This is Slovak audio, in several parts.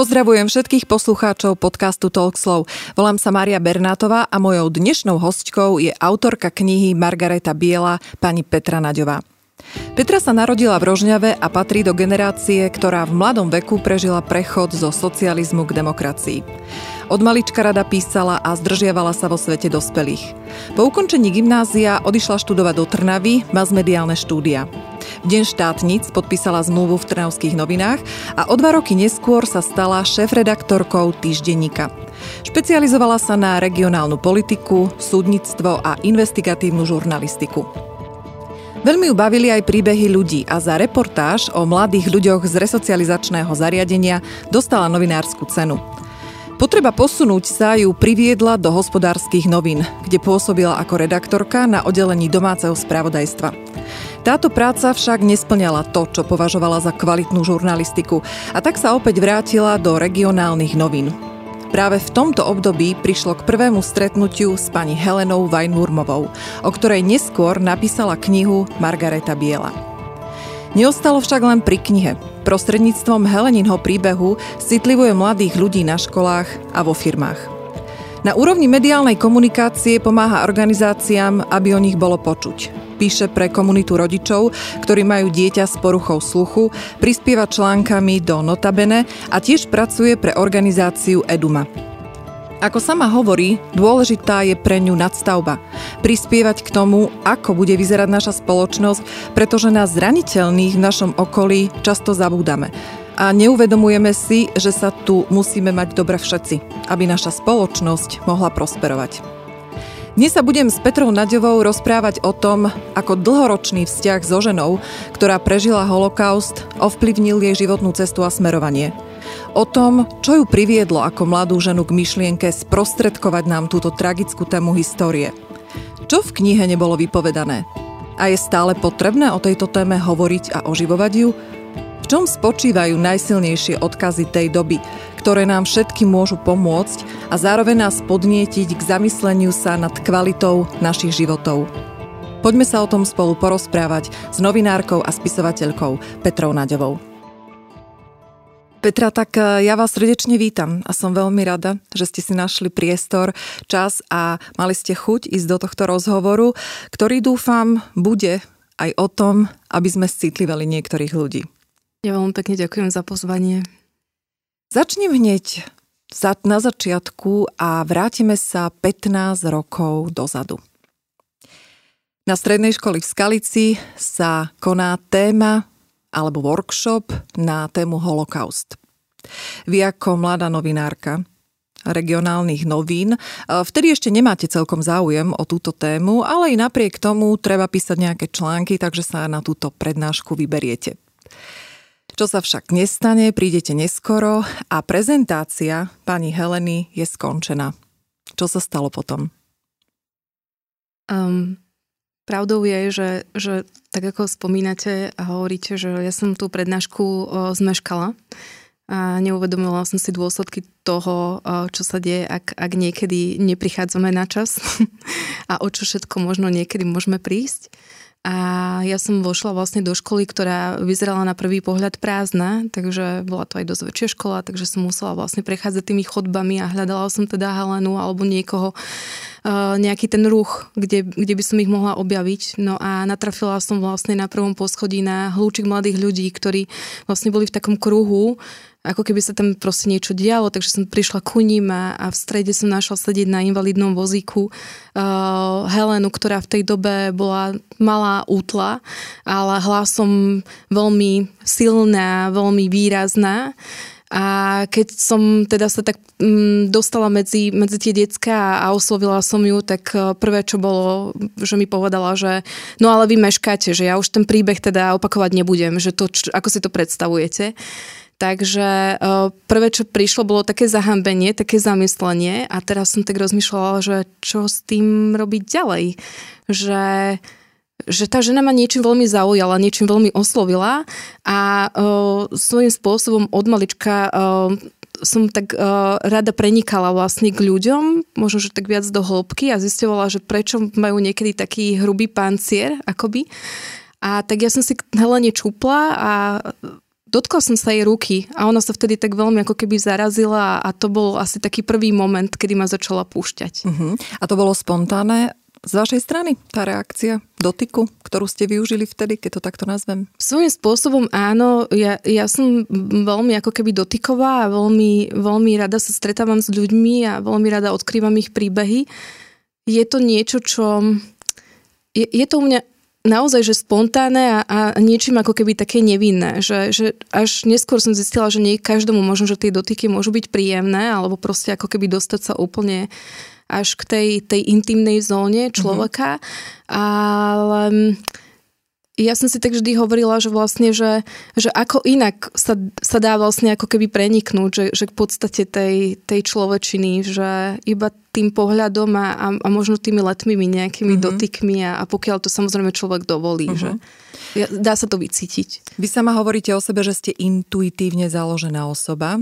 Pozdravujem všetkých poslucháčov podcastu Talkslov. Volám sa Mária Bernátová a mojou dnešnou hostkou je autorka knihy Margareta Biela, pani Petra Naďová. Petra sa narodila v Rožňave a patrí do generácie, ktorá v mladom veku prežila prechod zo socializmu k demokracii. Od malička rada písala a zdržiavala sa vo svete dospelých. Po ukončení gymnázia odišla študovať do Trnavy masmediálne štúdia. V deň štátnic podpísala zmluvu v Trnavských novinách a o 2 roky neskôr sa stala šéfredaktorkou týždenníka. Špecializovala sa na regionálnu politiku, súdnictvo a investigatívnu žurnalistiku. Veľmi ju bavili aj príbehy ľudí a za reportáž o mladých ľuďoch z resocializačného zariadenia dostala novinársku cenu. Potreba posunúť sa ju priviedla do Hospodárskych novín, kde pôsobila ako redaktorka na oddelení domáceho spravodajstva. Táto práca však nespĺňala to, čo považovala za kvalitnú žurnalistiku, a tak sa opäť vrátila do regionálnych novín. Práve v tomto období prišlo k prvému stretnutiu s pani Helenou Weinwurmovou, o ktorej neskôr napísala knihu Margareta Biela. Neostalo však len pri knihe. Prostredníctvom Heleninho príbehu citlivuje mladých ľudí na školách a vo firmách. Na úrovni mediálnej komunikácie pomáha organizáciám, aby o nich bolo počuť. Píše pre komunitu rodičov, ktorí majú dieťa s poruchou sluchu, prispieva článkami do Notabene a tiež pracuje pre organizáciu Eduma. Ako sama hovorí, dôležitá je pre ňu nadstavba. Prispievať k tomu, ako bude vyzerať naša spoločnosť, pretože na zraniteľných v našom okolí často zabúdame. A neuvedomujeme si, že sa tu musíme mať dobre všetci, aby naša spoločnosť mohla prosperovať. Dnes sa budem s Petrou Naďovou rozprávať o tom, ako dlhoročný vzťah so ženou, ktorá prežila holokaust, ovplyvnil jej životnú cestu a smerovanie. O tom, čo ju priviedlo ako mladú ženu k myšlienke sprostredkovať nám túto tragickú tému histórie. Čo v knihe nebolo vypovedané? A je stále potrebné o tejto téme hovoriť a oživovať ju? V čom spočívajú najsilnejšie odkazy tej doby, ktoré nám všetkým môžu pomôcť a zároveň nás podnietiť k zamysleniu sa nad kvalitou našich životov? Poďme sa o tom spolu porozprávať s novinárkou a spisovateľkou Petrou Naďovou. Petra, tak ja vás srdečne vítam a som veľmi rada, že ste si našli priestor, čas a mali ste chuť ísť do tohto rozhovoru, ktorý dúfam bude aj o tom, aby sme citlivali niektorých ľudí. Ja veľmi pekne ďakujem za pozvanie. Začnem hneď na začiatku a vrátime sa 15 rokov dozadu. Na strednej škole v Skalici sa koná téma alebo workshop na tému holokaust. Vy ako mladá novinárka regionálnych novín, vtedy ešte nemáte celkom záujem o túto tému, ale i napriek tomu treba písať nejaké články, takže sa na túto prednášku vyberiete. Čo sa však nestane, prídete neskoro a prezentácia pani Heleny je skončená. Čo sa stalo potom? Pravdou je, že tak ako spomínate a hovoríte, že ja som tú prednášku zmeškala a neuvedomila som si dôsledky toho, čo sa deje, ak niekedy neprichádzame na čas a o čo všetko možno niekedy môžeme prísť. A ja som vošla vlastne do školy, ktorá vyzerala na prvý pohľad prázdna, takže bola to aj dosť väčšia škola, takže som musela vlastne prechádzať tými chodbami a hľadala som teda Helenu alebo niekoho, nejaký ten ruch, kde by som ich mohla objaviť. No a natrafila som vlastne na prvom poschodí na hľúčik mladých ľudí, ktorí vlastne boli v takom kruhu, ako keby sa tam proste niečo dialo, takže som prišla ku ním a v strede som našla sedieť na invalidnom vozíku Helenu, ktorá v tej dobe bola malá, útla, ale hlasom veľmi silná, veľmi výrazná. A keď som teda sa tak dostala medzi tie decká a oslovila som ju, tak prvé, čo bolo, že mi povedala, že no ale vy meškáte, že ja už ten príbeh teda opakovať nebudem, že to, ako si to predstavujete. Takže prvé, čo prišlo, bolo také zahambenie, také zamyslenie a teraz som tak rozmýšľala, že čo s tým robiť ďalej. Že tá žena ma niečím veľmi zaujala, niečím veľmi oslovila a svojím spôsobom od malička som tak rada prenikala vlastne k ľuďom, možno, že tak viac do hĺbky a zisťovala, že prečo majú niekedy taký hrubý pancier, akoby. A tak ja som si k Helene čupla a dotkla som sa jej ruky a ona sa vtedy tak veľmi ako keby zarazila a to bol asi taký prvý moment, kedy ma začala púšťať. A to bolo spontánne z vašej strany, tá reakcia dotyku, ktorú ste využili vtedy, keď to takto nazvem? Svojím spôsobom áno, ja som veľmi ako keby dotyková a veľmi, veľmi rada sa stretávam s ľuďmi a veľmi rada odkrývam ich príbehy. Je to niečo, čo... Je to u mňa naozaj, že spontánne a niečím ako keby také nevinné, že až neskôr som zistila, že nie každému možno, že tie dotyky môžu byť príjemné, alebo proste ako keby dostať sa úplne až k tej intimnej zóne človeka, ale ja som si tak vždy hovorila, že vlastne, že ako inak sa dá vlastne ako keby preniknúť, že k podstate tej človečiny, že iba tým pohľadom a možno tými letmými nejakými dotykmi a pokiaľ to samozrejme človek dovolí, že dá sa to vycítiť. Vy sama hovoríte o sebe, že ste intuitívne založená osoba.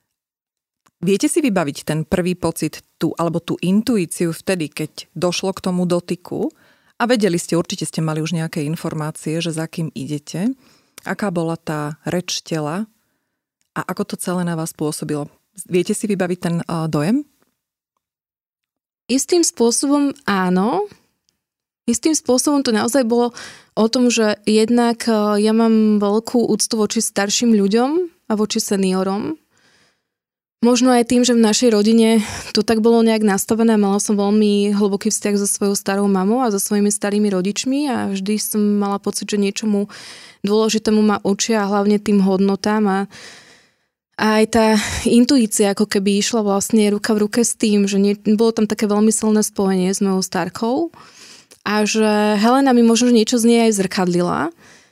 Viete si vybaviť ten prvý pocit, tú intuíciu vtedy, keď došlo k tomu dotyku a vedeli ste, určite ste mali už nejaké informácie, že za kým idete, aká bola tá reč tela a ako to celé na vás pôsobilo? Viete si vybaviť ten dojem? Istým spôsobom áno. Istým spôsobom to naozaj bolo o tom, že jednak ja mám veľkú úctu voči starším ľuďom a voči seniorom. Možno aj tým, že v našej rodine to tak bolo nejak nastavené. Mala som veľmi hlboký vzťah so svojou starou mamou a so svojimi starými rodičmi a vždy som mala pocit, že niečomu dôležitému ma učia a hlavne tým hodnotám a aj tá intuícia ako keby išla vlastne ruka v ruke s tým, že bolo tam také veľmi silné spojenie s mojou starkou a že Helena mi možno niečo z nej aj zrkadlila.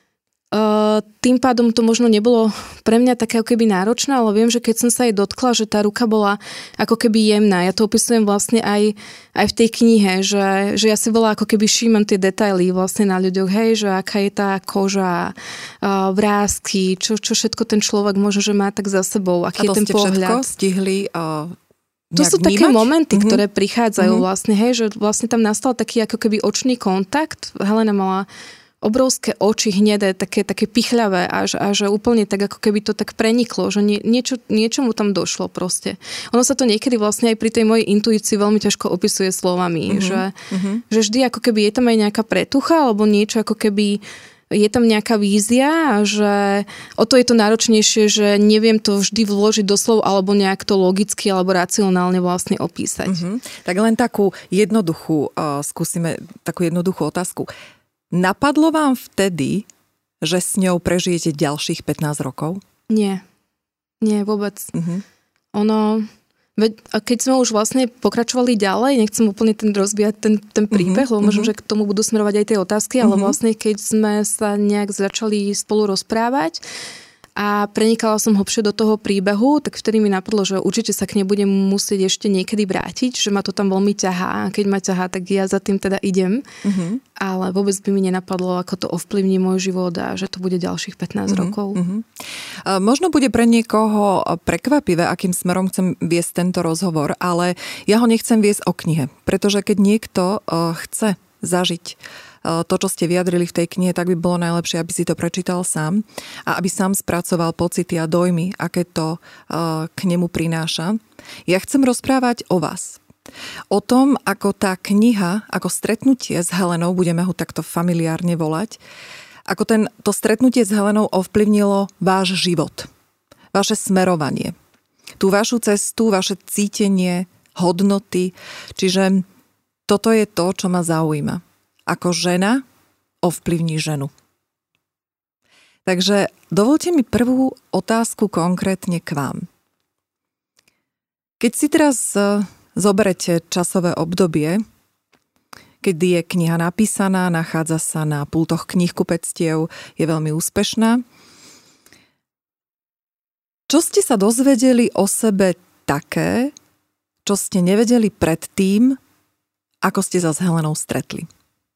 Tým pádom to možno nebolo pre mňa také ako keby náročné, ale viem, že keď som sa jej dotkla, že tá ruka bola ako keby jemná. Ja to opisujem vlastne aj v tej knihe, že ja si veľa ako keby všímam tie detaily vlastne na ľuďoch, hej, že aká je tá koža, vrásky, čo všetko ten človek možno, že má tak za sebou, aký je ten pohľad. A to ste všetko stihli to sú vnímať? Také momenty, ktoré prichádzajú vlastne, hej, že vlastne tam nastal taký ako keby očný kontakt. Helena mala obrovské oči hnedé, také pichľavé a že úplne tak ako keby to tak preniklo, že niečo mu tam došlo proste. Ono sa to niekedy vlastne aj pri tej mojej intuícii veľmi ťažko opisuje slovami, že vždy ako keby je tam aj nejaká pretucha alebo niečo ako keby je tam nejaká vízia a že o to je to náročnejšie, že neviem to vždy vložiť do slov alebo nejak to logicky alebo racionálne vlastne opísať. Tak len skúsime takú jednoduchú otázku. Napadlo vám vtedy, že s ňou prežijete ďalších 15 rokov? Nie vôbec. Keď sme už vlastne pokračovali ďalej, nechcem úplne rozbíjať ten príbeh, lebo možno, že k tomu budú smerovať aj tie otázky, ale vlastne keď sme sa nejak začali spolu rozprávať a prenikala som hlbšie do toho príbehu, tak vtedy mi napadlo, že určite sa k nej budem musieť ešte niekedy vrátiť, že ma to tam veľmi ťahá a keď ma ťahá, tak ja za tým teda idem. Ale vôbec by mi nenapadlo, ako to ovplyvní môj život a že to bude ďalších 15 rokov. Možno bude pre niekoho prekvapivé, akým smerom chcem viesť tento rozhovor, ale ja ho nechcem viesť o knihe, pretože keď niekto chce zažiť to, čo ste vyjadrili v tej knihe, tak by bolo najlepšie, aby si to prečítal sám a aby sám spracoval pocity a dojmy, aké to k nemu prináša. Ja chcem rozprávať o vás. O tom, ako tá kniha, ako stretnutie s Helenou, budeme ho takto familiárne volať, ako to stretnutie s Helenou ovplyvnilo váš život, vaše smerovanie, tú vašu cestu, vaše cítenie, hodnoty. Čiže toto je to, čo ma zaujíma. Ako žena ovplyvní ženu. Takže dovolte mi prvú otázku konkrétne k vám. Keď si teraz zoberete časové obdobie, kedy je kniha napísaná, nachádza sa na pultoch knihkupectiev, je veľmi úspešná. Čo ste sa dozvedeli o sebe také, čo ste nevedeli predtým, ako ste sa s Helenou stretli?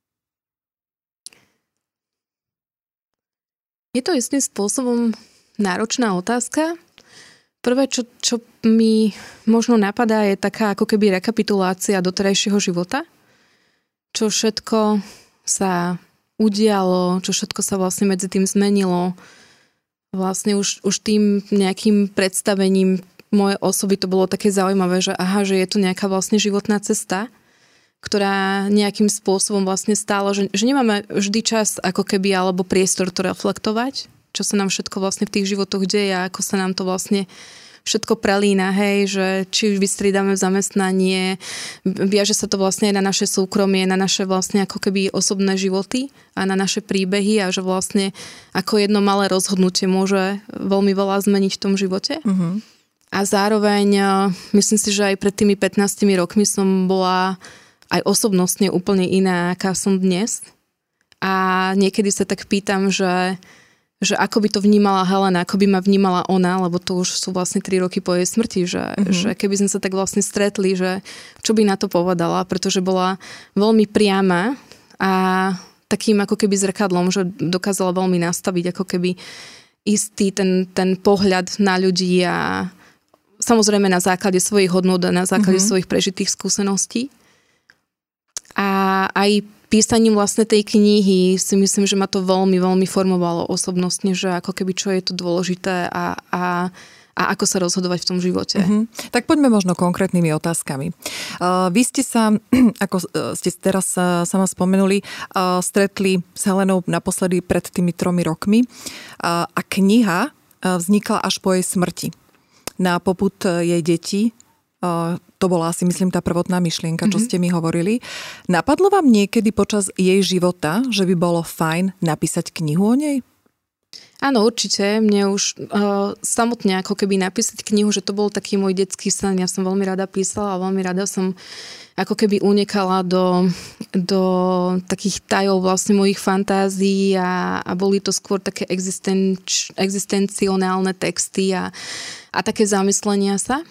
Je to istým spôsobom náročná otázka. Prvé, čo mi možno napadá, je taká ako keby rekapitulácia doterajšieho života. Čo všetko sa udialo, čo všetko sa vlastne medzi tým zmenilo. vlastne už tým nejakým predstavením mojej osoby to bolo také zaujímavé, že že je tu nejaká vlastne životná cesta, ktorá nejakým spôsobom vlastne stála, že nemáme vždy čas ako keby, alebo priestor to reflektovať, čo sa nám všetko vlastne v tých životoch deje a ako sa nám to vlastne všetko prelína, hej, že či vystriedame zamestnanie, viaže sa to vlastne aj na naše súkromie, na naše vlastne ako keby osobné životy a na naše príbehy a že vlastne ako jedno malé rozhodnutie môže veľmi veľa zmeniť v tom živote. Uh-huh. A zároveň myslím si, že aj pred tými 15 rokmi som bola aj osobnostne úplne iná, aká som dnes. A niekedy sa tak pýtam, že ako by to vnímala Helena, ako by ma vnímala ona, lebo to už sú vlastne 3 roky po jej smrti, že keby sme sa tak vlastne stretli, že čo by na to povedala, pretože bola veľmi priama a takým ako keby zrkadlom, že dokázala veľmi nastaviť ako keby istý ten pohľad na ľudí a samozrejme na základe svojich hodnôt a na základe svojich prežitých skúseností. A aj písaním vlastne tej knihy si myslím, že ma to veľmi, veľmi formovalo osobnostne, že ako keby čo je to dôležité a ako sa rozhodovať v tom živote. Tak poďme možno konkrétnymi otázkami. Vy ste sa, ako ste teraz sama spomenuli, stretli s Helenou naposledy pred tými 3 rokmi a kniha vznikla až po jej smrti. Na popud jej detí. To bola asi, myslím, tá prvotná myšlienka, čo ste mi hovorili. Napadlo vám niekedy počas jej života, že by bolo fajn napísať knihu o nej? Áno, určite. Mne už samotne ako keby napísať knihu, že to bol taký môj detský sen. Ja som veľmi rada písala a veľmi rada som ako keby unikala do takých tajov vlastne mojich fantázií a boli to skôr také existencionálne texty a také zamyslenia sa.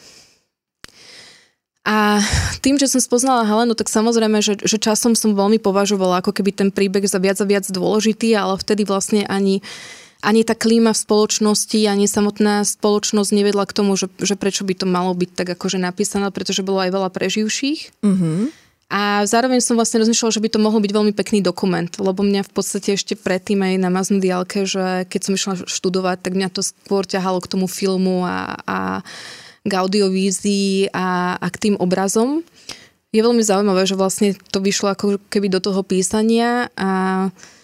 A tým, že som spoznala Helenu, tak samozrejme, že časom som veľmi považovala ako keby ten príbeh za viac a viac dôležitý, ale vtedy vlastne ani tá klíma v spoločnosti, ani samotná spoločnosť nevedla k tomu, že prečo by to malo byť tak akože napísané, pretože bolo aj veľa preživších. A zároveň som vlastne rozmýšľala, že by to mohol byť veľmi pekný dokument, lebo mňa v podstate ešte predtým aj na mass mediálke, že keď som išla študovať, tak mňa to skôr ťahalo k tomu filmu a k audiovízii a k tým obrazom. Je veľmi zaujímavé, že vlastne to vyšlo ako keby do toho písania a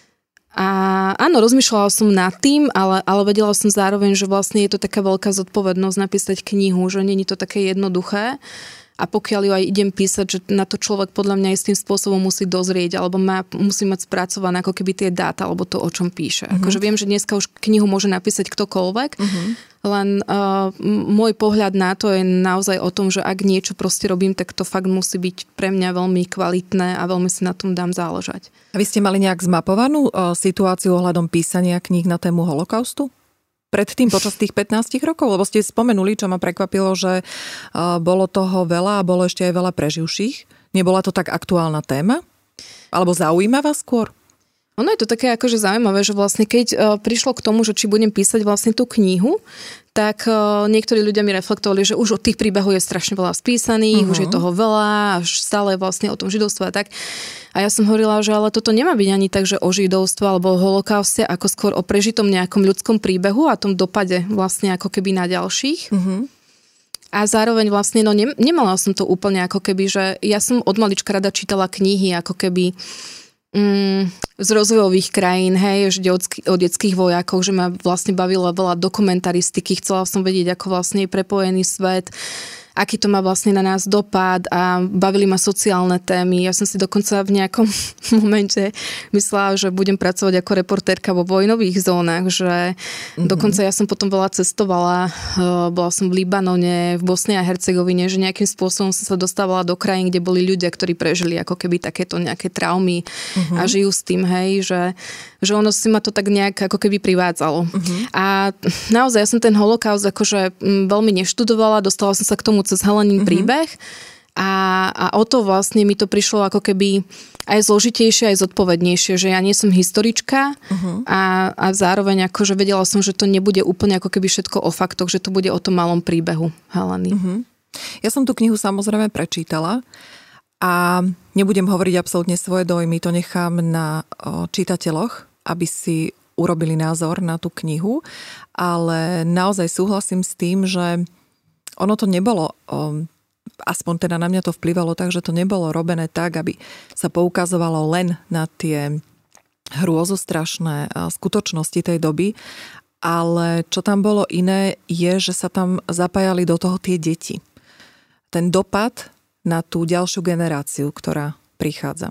áno, rozmýšľala som nad tým, ale vedela som zároveň, že vlastne je to taká veľká zodpovednosť napísať knihu, že nie je to také jednoduché. A pokiaľ ju aj idem písať, že na to človek podľa mňa istým spôsobom musí dozrieť alebo musí mať spracované ako keby tie dáta alebo to, o čom píše. Akože viem, že dneska už knihu môže napísať ktokoľvek, len môj pohľad na to je naozaj o tom, že ak niečo proste robím, tak to fakt musí byť pre mňa veľmi kvalitné a veľmi si na tom dám záležať. A vy ste mali nejak zmapovanú situáciu ohľadom písania kníh na tému holokaustu? Predtým počas tých 15 rokov? Lebo ste spomenuli, čo ma prekvapilo, že bolo toho veľa a bolo ešte aj veľa preživších. Nebola to tak aktuálna téma? Alebo zaujímavá skôr? Ono je to také akože zaujímavé, že vlastne keď prišlo k tomu, že či budem písať vlastne tú knihu, tak niektorí ľudia mi reflektovali, že už od tých príbehov je strašne veľa spísaných, už je toho veľa, až stále vlastne o tom židovstve a tak. A ja som hovorila, že ale toto nemá byť ani tak, že o židovstve alebo o holokauste, ako skôr o prežitom nejakom ľudskom príbehu a tom dopade vlastne ako keby na ďalších. A zároveň vlastne, nemala som to úplne ako keby, že ja som od malička rada čítala knihy ako keby z rozvojových krajín, hej, o detských vojakoch, že ma vlastne bavilo veľa dokumentaristiky, chcela som vedieť, ako vlastne je prepojený svet, aký to má vlastne na nás dopad a bavili ma sociálne témy. Ja som si dokonca v nejakom momente myslela, že budem pracovať ako reportérka vo vojnových zónach, že dokonca ja som potom veľa cestovala, bola som v Libanone, v Bosne a Hercegovine, že nejakým spôsobom som sa dostávala do krajín, kde boli ľudia, ktorí prežili ako keby takéto nejaké traumy a žijú s tým, hej, že ono si ma to tak nejak ako keby privádzalo. A naozaj ja som ten holokaust akože veľmi neštudovala, dostala som sa k tomu cez Helenin príbeh a o to vlastne mi to prišlo ako keby aj zložitejšie, aj zodpovednejšie, že ja nie som historička a zároveň akože vedela som, že to nebude úplne ako keby všetko o faktoch, že to bude o tom malom príbehu Heleny. Ja som tú knihu samozrejme prečítala a nebudem hovoriť absolútne svoje dojmy, to nechám na čitateľoch, aby si urobili názor na tú knihu, ale naozaj súhlasím s tým, že ono to nebolo, aspoň teda na mňa to vplyvalo tak, že to nebolo robené tak, aby sa poukazovalo len na tie hrôzostrašné skutočnosti tej doby, ale čo tam bolo iné je, že sa tam zapájali do toho tie deti. Ten dopad na tú ďalšiu generáciu, ktorá prichádza.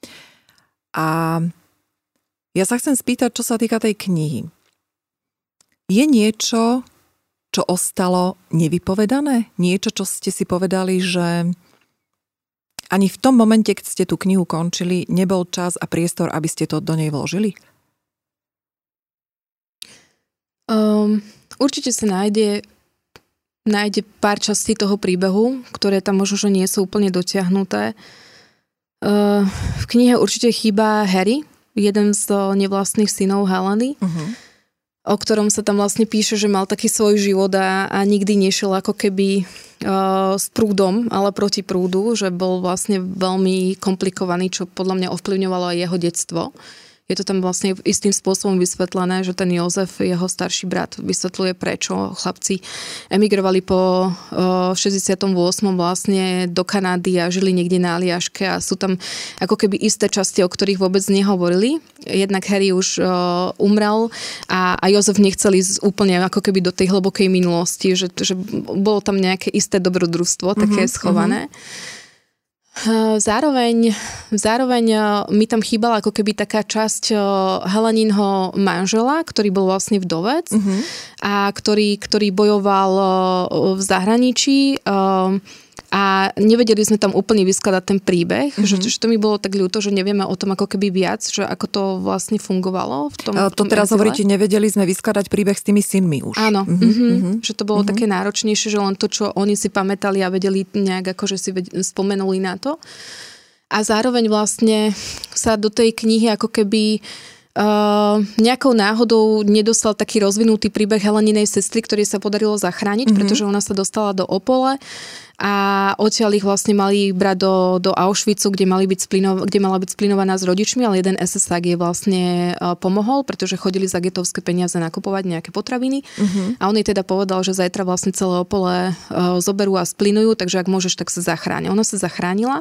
A ja sa chcem spýtať, čo sa týka tej knihy. Je niečo, čo ostalo nevypovedané? Niečo, čo ste si povedali, že ani v tom momente, keď ste tú knihu končili, nebol čas a priestor, aby ste to do nej vložili? Určite sa nájde pár častí toho príbehu, ktoré tam možno, že nie sú úplne dotiahnuté. V knihe určite chýba Harry, jeden z nevlastných synov Heleny, o ktorom sa tam vlastne píše, že mal taký svoj život a nikdy nešiel ako keby s prúdom, ale proti prúdu, že bol vlastne veľmi komplikovaný, čo podľa mňa ovplyvňovalo aj jeho detstvo. Je to tam vlastne istým spôsobom vysvetlené, že ten Jozef, jeho starší brat, vysvetľuje, prečo chlapci emigrovali po 68. vlastne do Kanady a žili niekde na Aliaške a sú tam ako keby isté časti, o ktorých vôbec nehovorili. Jednak Harry už umrel a Jozef nechcel ísť úplne ako keby do tej hlbokej minulosti, že bolo tam nejaké isté dobrodružstvo, také schované. Zároveň mi tam chýbala ako keby taká časť Heleninho manžela, ktorý bol vlastne vdovec a ktorý bojoval v zahraničí a nevedeli sme tam úplne vyskladať ten príbeh, že to mi bolo tak ľúto, že nevieme o tom ako keby viac, že ako to vlastne fungovalo. To teraz hovoríte, nevedeli sme vyskladať príbeh s tými synmi už. Áno, že to bolo také náročnejšie, že len to, čo oni si pamätali a vedeli nejak ako, že si spomenuli na to. A zároveň vlastne sa do tej knihy ako keby nejakou náhodou nedostal taký rozvinutý príbeh Heleninej sestry, ktorý sa podarilo zachrániť, pretože ona sa dostala do Opole a odtiaľ ich vlastne mali brať do Auschwitzu, kde mala byť splinovaná s rodičmi, ale jeden SS-ák jej vlastne pomohol, pretože chodili za getovské peniaze nakupovať nejaké potraviny. A on jej teda povedal, že zajtra vlastne celé Opole zoberú a splinujú, takže ak môžeš, tak sa zachráň. Ona sa zachránila.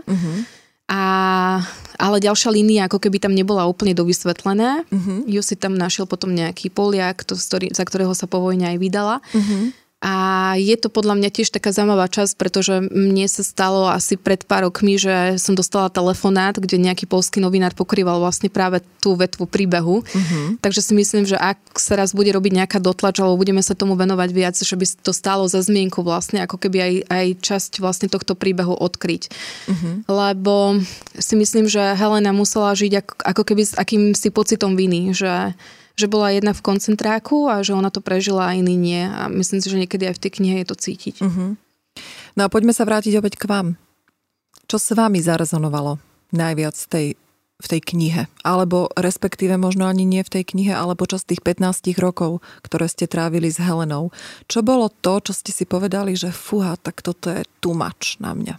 Ale ďalšia línia ako keby tam nebola úplne dovysvetlená. Ju si tam našiel potom nejaký Poliak, za ktorého sa po vojne aj vydala. A je to podľa mňa tiež taká zaujímavá časť, pretože mne sa stalo asi pred pár rokmi, že som dostala telefonát, kde nejaký poľský novinár pokrýval vlastne práve tú vetvu príbehu. Takže si myslím, že ak sa raz bude robiť nejaká dotlač, alebo budeme sa tomu venovať viac, že by to stálo za zmienku vlastne, ako keby aj časť vlastne tohto príbehu odkryť. Lebo si myslím, že Helena musela žiť ako keby s akýmsi pocitom viny, že bola jedna v koncentráku a že ona to prežila a iný nie. A myslím si, že niekedy aj v tej knihe je to cítiť. No a poďme sa vrátiť opäť k vám. Čo s vami zarezonovalo najviac v tej knihe? Alebo respektíve možno ani nie v tej knihe, ale počas tých 15 rokov, ktoré ste trávili s Helenou. Čo bolo to, čo ste si povedali, že fúha, tak toto je too much na mňa?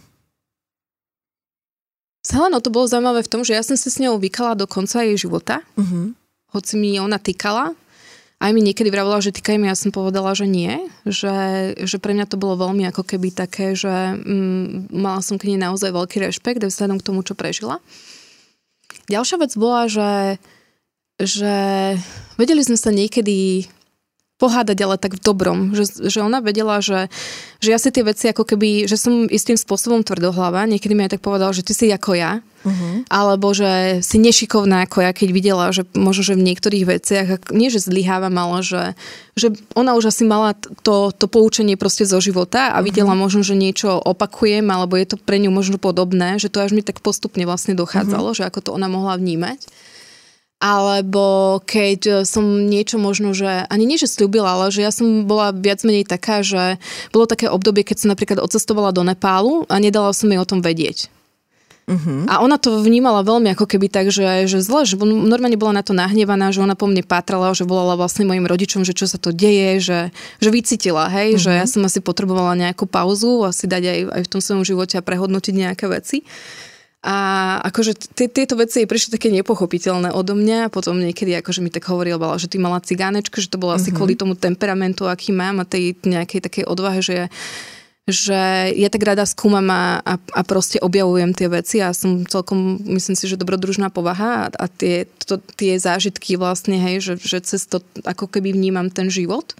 S Helenou to bolo zaujímavé v tom, že ja som si s ňou vykala do konca jej života. Hoci mi ona týkala. Aj mi niekedy vravila, že týkaj mi, ja som povedala, že nie. Že pre mňa to bolo veľmi ako keby také, že mala som k nej naozaj veľký rešpekt vzhľadom k tomu, čo prežila. Ďalšia vec bola, že vedeli sme sa niekedy pohádať, ale tak v dobrom. Že ona vedela, že ja si tie veci ako keby, že som istým spôsobom tvrdohlava. Niekedy mi aj tak povedala, že ty si ako ja. Alebo že si nešikovná ako ja, keď videla, že možno, že v niektorých veciach, nie že zlyhávam, ale že ona už asi mala to poučenie proste zo života a videla možno, že niečo opakujem, alebo je to pre ňu možno podobné, že to až mi tak postupne vlastne dochádzalo, že ako to ona mohla vnímať. Alebo keď som niečo možno, že ani nie, že sľúbila, ale že ja som bola viac menej taká, že bolo také obdobie, keď som napríklad odcestovala do Nepálu a nedala som jej o tom vedieť. A ona to vnímala veľmi ako keby tak, že zle, že normálne bola na to nahnevaná, že ona po mne pátrala, že volala vlastne mojim rodičom, že čo sa to deje, že vycítila, hej, že ja som asi potrebovala nejakú pauzu, asi dať aj v tom svojom živote a prehodnotiť nejaké veci. A akože tieto veci jej prišli také nepochopiteľné odo mňa. Potom niekedy akože mi tak hovorila, že ty mala cigánečku, že to bolo asi kvôli tomu temperamentu, aký mám a tej nejakej takej odvahe, že ja tak rada skúmam a proste objavujem tie veci a som celkom, myslím si, že dobrodružná povaha a tie zážitky vlastne, hej, že cez to ako keby vnímam ten život.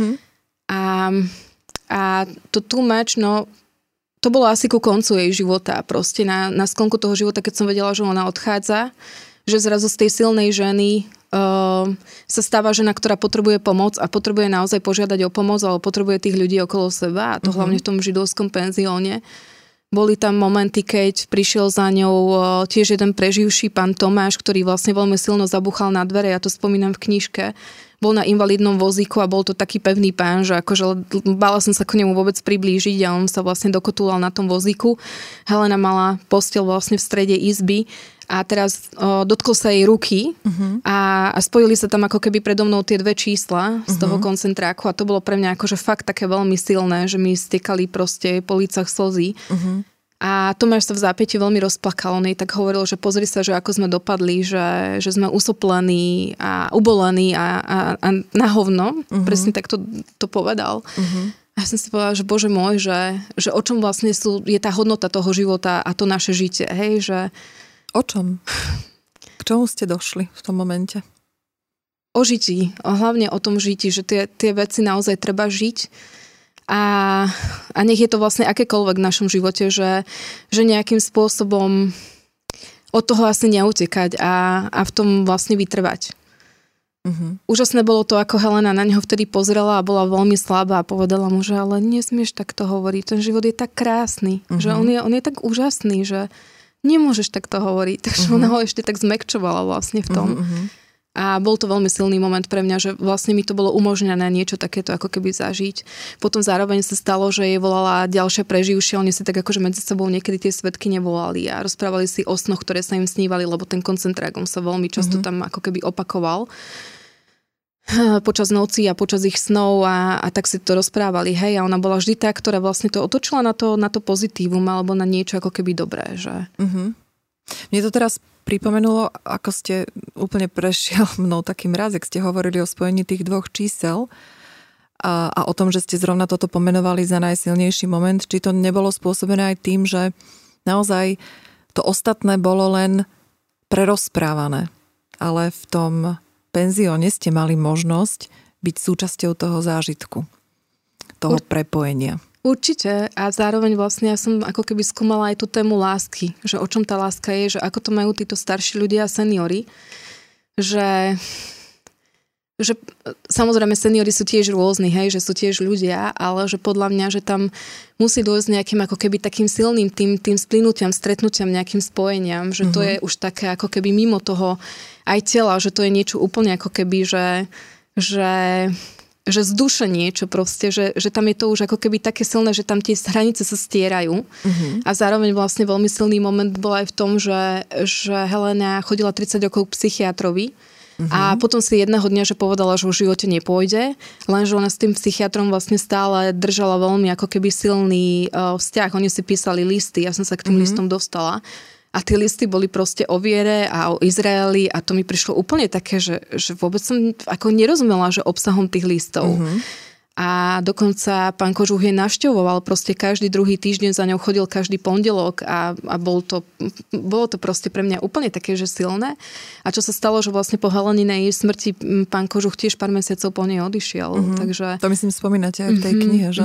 A to too much, no to bolo asi ku koncu jej života. Proste na sklonku toho života, keď som vedela, že ona odchádza, že zrazu z tej silnej ženy sa stáva žena, ktorá potrebuje pomoc a potrebuje naozaj požiadať o pomoc, alebo potrebuje tých ľudí okolo seba a to hlavne v tom židovskom penzióne. Boli tam momenty, keď prišiel za ňou tiež jeden preživší pán Tomáš, ktorý vlastne veľmi silno zabuchal na dvere, ja to spomínam v knižke. Bol na invalidnom vozíku a bol to taký pevný pán, že akože bála som sa k nemu vôbec priblížiť a on sa vlastne dokotúlal na tom vozíku. Helena mala posteľ vlastne v strede izby a teraz dotkol sa jej ruky a spojili sa tam ako keby predo mnou tie dve čísla z toho koncentráku a to bolo pre mňa akože fakt také veľmi silné, že mi stekali proste po lícach slzy. A Tomáš sa v zápäti veľmi rozplakal. On jej tak hovoril, že pozri sa, že ako sme dopadli, že sme usoplení a ubolení a na hovno. Presne tak to povedal. A ja som si povedala, že bože môj, že o čom vlastne je tá hodnota toho života a to naše žitie. Hej, že... O čom? K čomu ste došli v tom momente? O žití. Hlavne o tom žití, že tie veci naozaj treba žiť. A nech je to vlastne akékoľvek v našom živote, že nejakým spôsobom od toho asi neutekať a v tom vlastne vytrvať. Úžasné bolo to, ako Helena na neho vtedy pozrela a bola veľmi slabá a povedala mu, že ale nesmieš takto hovoriť, ten život je tak krásny, že on je tak úžasný, že nemôžeš takto hovoriť. Takže ona ho ešte tak zmäkčovala vlastne v tom. A bol to veľmi silný moment pre mňa, že vlastne mi to bolo umožnené niečo takéto ako keby zažiť. Potom zároveň sa stalo, že jej volala ďalšia preživšia, oni si tak akože medzi sebou niekedy tie svedky nevolali a rozprávali si o snoch, ktoré sa im snívali, lebo ten koncentrák sa veľmi často tam ako keby opakoval počas noci a počas ich snov a tak si to rozprávali. Hej, a ona bola vždy tá, ktorá vlastne to otočila na to pozitívum alebo na niečo ako keby dobré. Že... Mne to teraz pripomenulo, ako ste úplne prešiel mnou taký mrazek, ste hovorili o spojení tých dvoch čísel a o tom, že ste zrovna toto pomenovali za najsilnejší moment. Či to nebolo spôsobené aj tým, že naozaj to ostatné bolo len prerozprávané, ale v tom penzióne ste mali možnosť byť súčasťou toho zážitku, toho prepojenia. Určite a zároveň vlastne ja som ako keby skúmala aj tú tému lásky, že o čom tá láska je, že ako to majú títo starší ľudia a seniori, že samozrejme seniori sú tiež rôzni, hej, že sú tiež ľudia, ale že podľa mňa, že tam musí dôjsť nejakým ako keby takým silným tým splynutiam, stretnutiam, nejakým spojeniam, že to je už také ako keby mimo toho aj tela, že to je niečo úplne ako keby, že z duše niečo proste, že tam je to už ako keby také silné, že tam tie hranice sa stierajú. A zároveň vlastne veľmi silný moment bol aj v tom, že Helena chodila 30 rokov k psychiatrovi a potom si jedného dňa, že povedala, že v živote nepôjde, lenže ona s tým psychiatrom vlastne stále držala veľmi ako keby silný vzťah. Oni si písali listy, ja som sa k tým listom dostala. A tie listy boli proste o viere a o Izraeli a to mi prišlo úplne také, že vôbec som ako nerozumela, že obsahom tých listov. A dokonca pán Kožuch je navštevoval proste každý druhý týždeň, za ňou chodil každý pondelok a bolo to proste pre mňa úplne také, že silné. A čo sa stalo, že vlastne po Heleninej smrti pán Kožuch tiež pár mesiacov po nej odišiel. Takže... To myslím spomínate aj v tej knihe, že?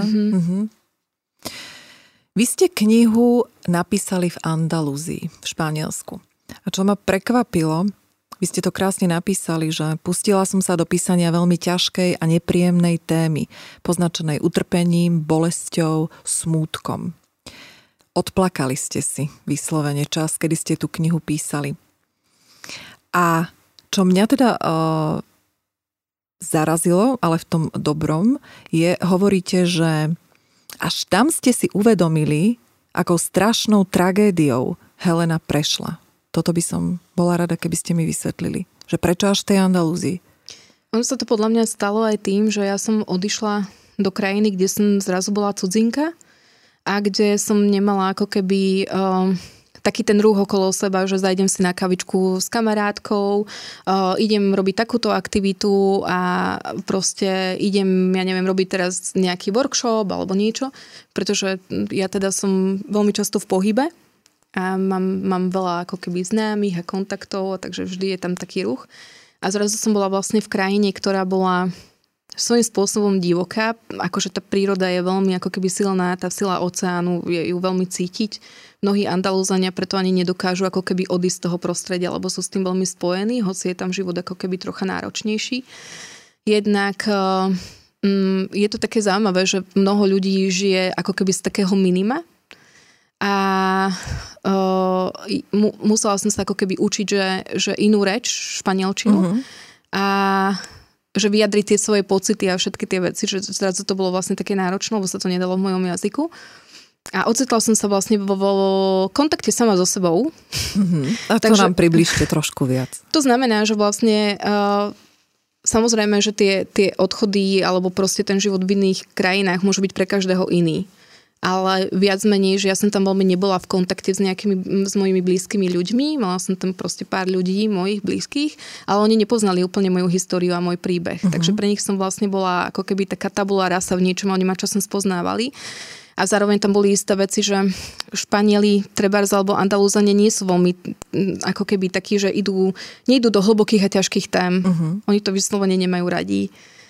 Vy ste knihu napísali v Andalúzii, v Španielsku. A čo ma prekvapilo, vy ste to krásne napísali, že pustila som sa do písania veľmi ťažkej a nepríjemnej témy, poznačenej utrpením, bolesťou, smútkom. Odplakali ste si vyslovene čas, kedy ste tú knihu písali. A čo mňa teda zarazilo, ale v tom dobrom, hovoríte, že až tam ste si uvedomili, akou strašnou tragédiou Helena prešla. Toto by som bola rada, keby ste mi vysvetlili. Že prečo až v tej Andalúzii? Ono sa to podľa mňa stalo aj tým, že ja som odišla do krajiny, kde som zrazu bola cudzinka a kde som nemala ako keby taký ten rúh okolo seba, že zajdem si na kavičku s kamarátkou, idem robiť takúto aktivitu a proste idem, ja neviem, robiť teraz nejaký workshop alebo niečo, pretože ja teda som veľmi často v pohybe a mám veľa ako keby známych a kontaktov, takže vždy je tam taký ruch. A zrazu som bola vlastne v krajine, ktorá bola svojím spôsobom divoká, akože tá príroda je veľmi ako keby silná, tá sila oceánu je ju veľmi cítiť. Mnohí Andalúzania preto ani nedokážu ako keby odísť z toho prostredia, lebo sú s tým veľmi spojení, hoci je tam život ako keby trocha náročnejší. Jednak je to také zaujímavé, že mnoho ľudí žije ako keby z takého minima a musela som sa ako keby učiť, že inú reč, španielčinu a že vyjadriť tie svoje pocity a všetky tie veci, že zrazu to bolo vlastne také náročné, lebo sa to nedalo v mojom jazyku. A ocitla som sa vlastne vo kontakte sama so sebou. A to nám približte trošku viac. To znamená, že vlastne samozrejme, že tie odchody alebo proste ten život v iných krajinách môže byť pre každého iný. Ale viac menej, že ja som tam veľmi nebola v kontakte s mojimi blízkymi ľuďmi, mala som tam proste pár ľudí, mojich blízkych, ale oni nepoznali úplne moju históriu a môj príbeh. Takže pre nich som vlastne bola ako keby taká tabula rasa v niečom, oni ma časom spoznávali. A zároveň tam boli isté veci, že Španieli, trebárs alebo Andalúzania nie sú veľmi ako keby takí, že nejdú do hlbokých a ťažkých tém. Oni to vyslovene nemajú radi.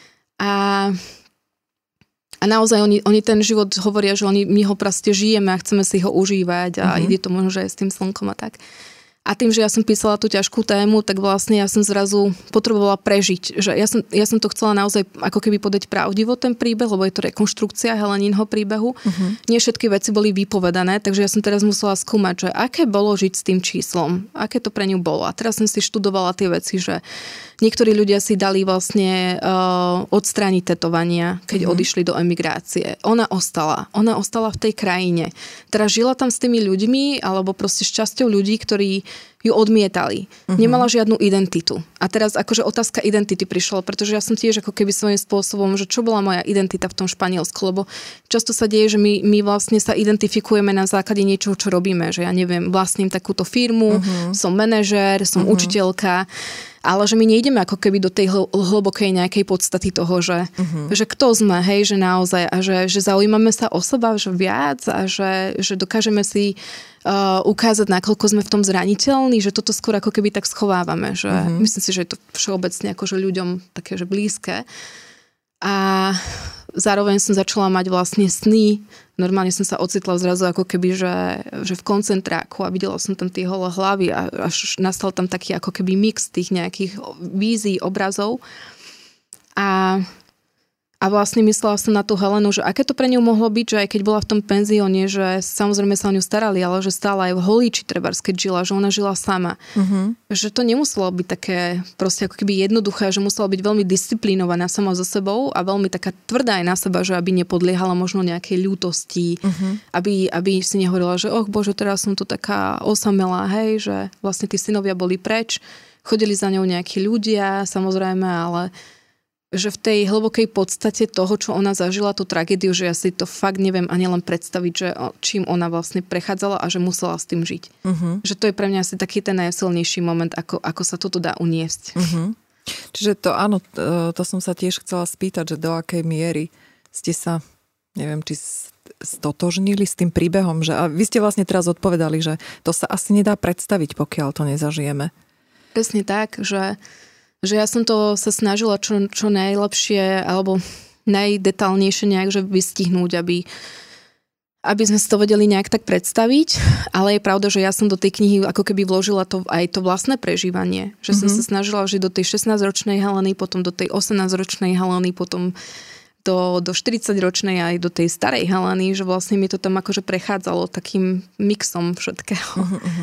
A naozaj oni ten život hovoria, že my ho proste žijeme a chceme si ho užívať a ide to možno, že aj s tým slnkom a tak. A tým, že ja som písala tú ťažkú tému, tak vlastne ja som zrazu potrebovala prežiť. Že ja som to chcela naozaj ako keby podať pravdivo ten príbeh, lebo je to rekonštrukcia Heleninho príbehu. Nie všetky veci boli vypovedané, takže ja som teraz musela skúmať, že aké bolo žiť s tým číslom, aké to pre ňu bolo. A teraz som si študovala tie veci, že niektorí ľudia si dali vlastne odstrániť tetovania, keď odišli do emigrácie. Ona ostala v tej krajine. Teraz žila tam s tými ľuďmi, alebo proste s časťou ľudí, ktorí ju odmietali. Nemala žiadnu identitu. A teraz akože otázka identity prišla, pretože ja som tiež ako keby svojím spôsobom, že čo bola moja identita v tom Španielsku, lebo často sa deje, že my vlastne sa identifikujeme na základe niečoho, čo robíme, že ja neviem, vlastním takúto firmu, som manažér, som učiteľka, ale že my nejdeme ako keby do tej hlbokej nejakej podstaty toho, že kto sme, hej, že naozaj a že zaujímame sa o seba, že viac a že dokážeme si ukázať, nakoľko sme v tom zraniteľní, že toto skôr ako keby tak schovávame, že myslím si, že je to všeobecne akože ľuďom také, že blízke. A zároveň som začala mať vlastne sny. Normálne som sa ocitla zrazu ako keby, že v koncentráku a videla som tam tie holé hlavy a až nastal tam taký ako keby mix tých nejakých vízií, obrazov. A vlastne myslela som na tú Helenu, že aké to pre ňu mohlo byť, že aj keď bola v tom penzióne, že samozrejme sa o ňu starali, ale že stála aj v Holíči trebárs, keď žila, že ona žila sama. Že to nemuselo byť také proste ako keby jednoduché, že musela byť veľmi disciplinovaná sama so sebou a veľmi taká tvrdá aj na seba, že aby nepodliehala možno nejakej ľútosti, aby si nehovorila, že bože, teraz som tu taká osamelá, hej, že vlastne tí synovia boli preč, chodili za ňou nejakí ľudia, samozrejme, ale že v tej hlbokej podstate toho, čo ona zažila, tú tragédiu, že ja si to fakt neviem ani len predstaviť, že čím ona vlastne prechádzala a že musela s tým žiť. Že to je pre mňa asi taký ten najsilnejší moment, ako sa toto dá uniesť. Čiže to áno, to som sa tiež chcela spýtať, že do akej miery ste sa, neviem, či stotožnili s tým príbehom, že a vy ste vlastne teraz odpovedali, že to sa asi nedá predstaviť, pokiaľ to nezažijeme. Presne tak, že ja som to sa snažila čo najlepšie alebo najdetálnejšie nejak že vystihnúť, aby sme si to vedeli nejak tak predstaviť, ale je pravda, že ja som do tej knihy ako keby vložila aj to vlastné prežívanie, že som sa snažila žiť do tej 16-ročnej Heleny, potom do tej 18-ročnej Heleny, potom do 40-ročnej aj do tej starej Heleny, že vlastne mi to tam akože prechádzalo takým mixom všetkého.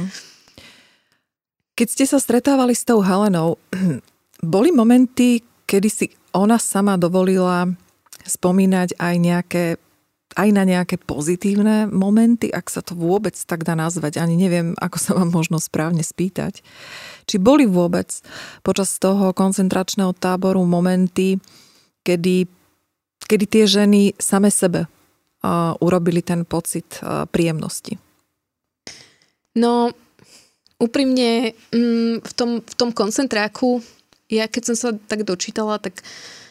Keď ste sa stretávali s tou Helenou, boli momenty, kedy si ona sama dovolila spomínať aj na nejaké pozitívne momenty, ak sa to vôbec tak dá nazvať. Ani neviem, ako sa vám možno správne spýtať. Či boli vôbec počas toho koncentračného táboru momenty, kedy tie ženy same sebe urobili ten pocit príjemnosti? No, úprimne v tom koncentráku, ja keď som sa tak dočítala, tak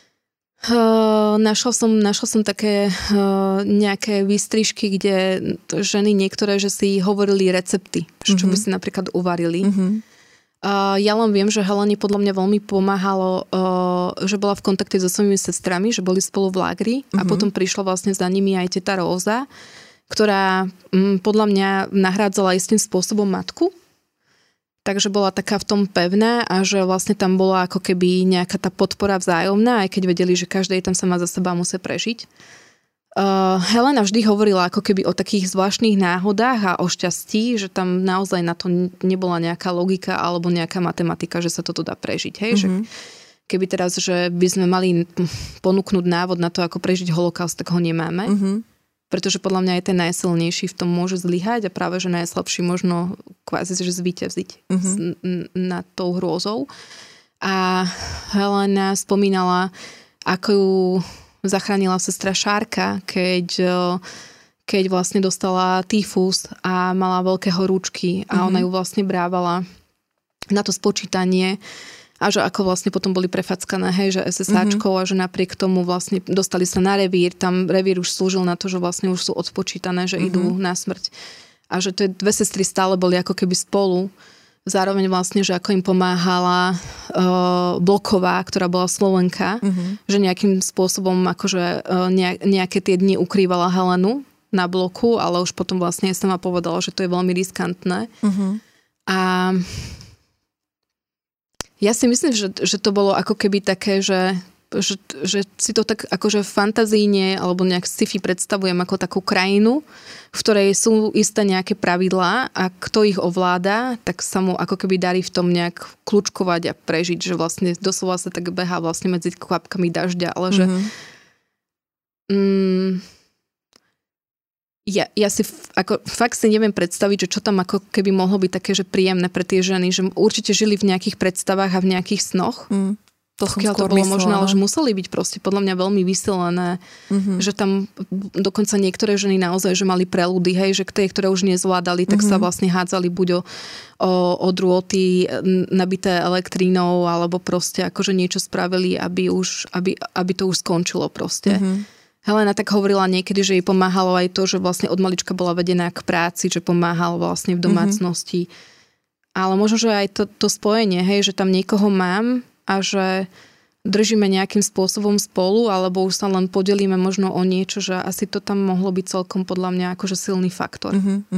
našla som také nejaké výstrižky, kde ženy niektoré, že si hovorili recepty, čo by si napríklad uvarili. Ja len viem, že Helene podľa mňa veľmi pomáhalo, že bola v kontakte so svojimi sestrami, že boli spolu v lágri a potom prišla vlastne za nimi aj teta Róza, ktorá podľa mňa nahrádzala istým spôsobom matku. Takže bola taká v tom pevná a že vlastne tam bola ako keby nejaká tá podpora vzájomná, aj keď vedeli, že každý tam sama za seba musí prežiť. Helena vždy hovorila ako keby o takých zvláštnych náhodách a o šťastí, že tam naozaj na to nebola nejaká logika alebo nejaká matematika, že sa toto dá prežiť. Hej? Že keby teraz, že by sme mali ponúknuť návod na to, ako prežiť holokaust, tak ho nemáme. Pretože podľa mňa je ten najsilnejší v tom môže zlyhať a práve, že najslabší možno kvázi, že zvíťaziť nad tou hrôzou. A Helena spomínala, ako ju zachránila sestra Šárka, keď vlastne dostala tyfus a mala veľké horúčky a ona ju vlastne brávala na to spočítanie a že ako vlastne potom boli prefackané, hej, že SSáčkou a že napriek tomu vlastne dostali sa na revír, tam revír už slúžil na to, že vlastne už sú odpočítané, že idú na smrť. A že tie dve sestry stále boli ako keby spolu. Zároveň vlastne, že ako im pomáhala Bloková, ktorá bola Slovenka, že nejakým spôsobom akože nejaké tie dni ukrývala Helenu na bloku, ale už potom vlastne sama povedala, že to je veľmi riskantné. A ja si myslím, že to bolo ako keby také, že si to tak akože fantazíne alebo nejak sci-fi predstavujem ako takú krajinu, v ktorej sú isté nejaké pravidlá a kto ich ovláda, tak sa mu ako keby darí v tom nejak kľúčkovať a prežiť, že vlastne doslova sa tak behá vlastne medzi kvapkami dažďa, ale že ja si fakt si neviem predstaviť, že čo tam ako keby mohlo byť také, že príjemné pre tie ženy, že určite žili v nejakých predstavách a v nejakých snoch. Pokiaľ to bolo možné, ale že museli byť proste podľa mňa veľmi vyselené, že tam dokonca niektoré ženy naozaj, že mali preľudy, hej, že tie, ktoré už nezvládali, tak sa vlastne hádzali buď o drôty nabité elektrínou, alebo proste akože niečo spravili, aby to už skončilo proste. Helena tak hovorila niekedy, že jej pomáhalo aj to, že vlastne od malička bola vedená k práci, že pomáhala vlastne v domácnosti. Ale možno, že aj to spojenie, hej, že tam niekoho mám a že držíme nejakým spôsobom spolu, alebo už sa len podelíme možno o niečo, že asi to tam mohlo byť celkom podľa mňa akože silný faktor.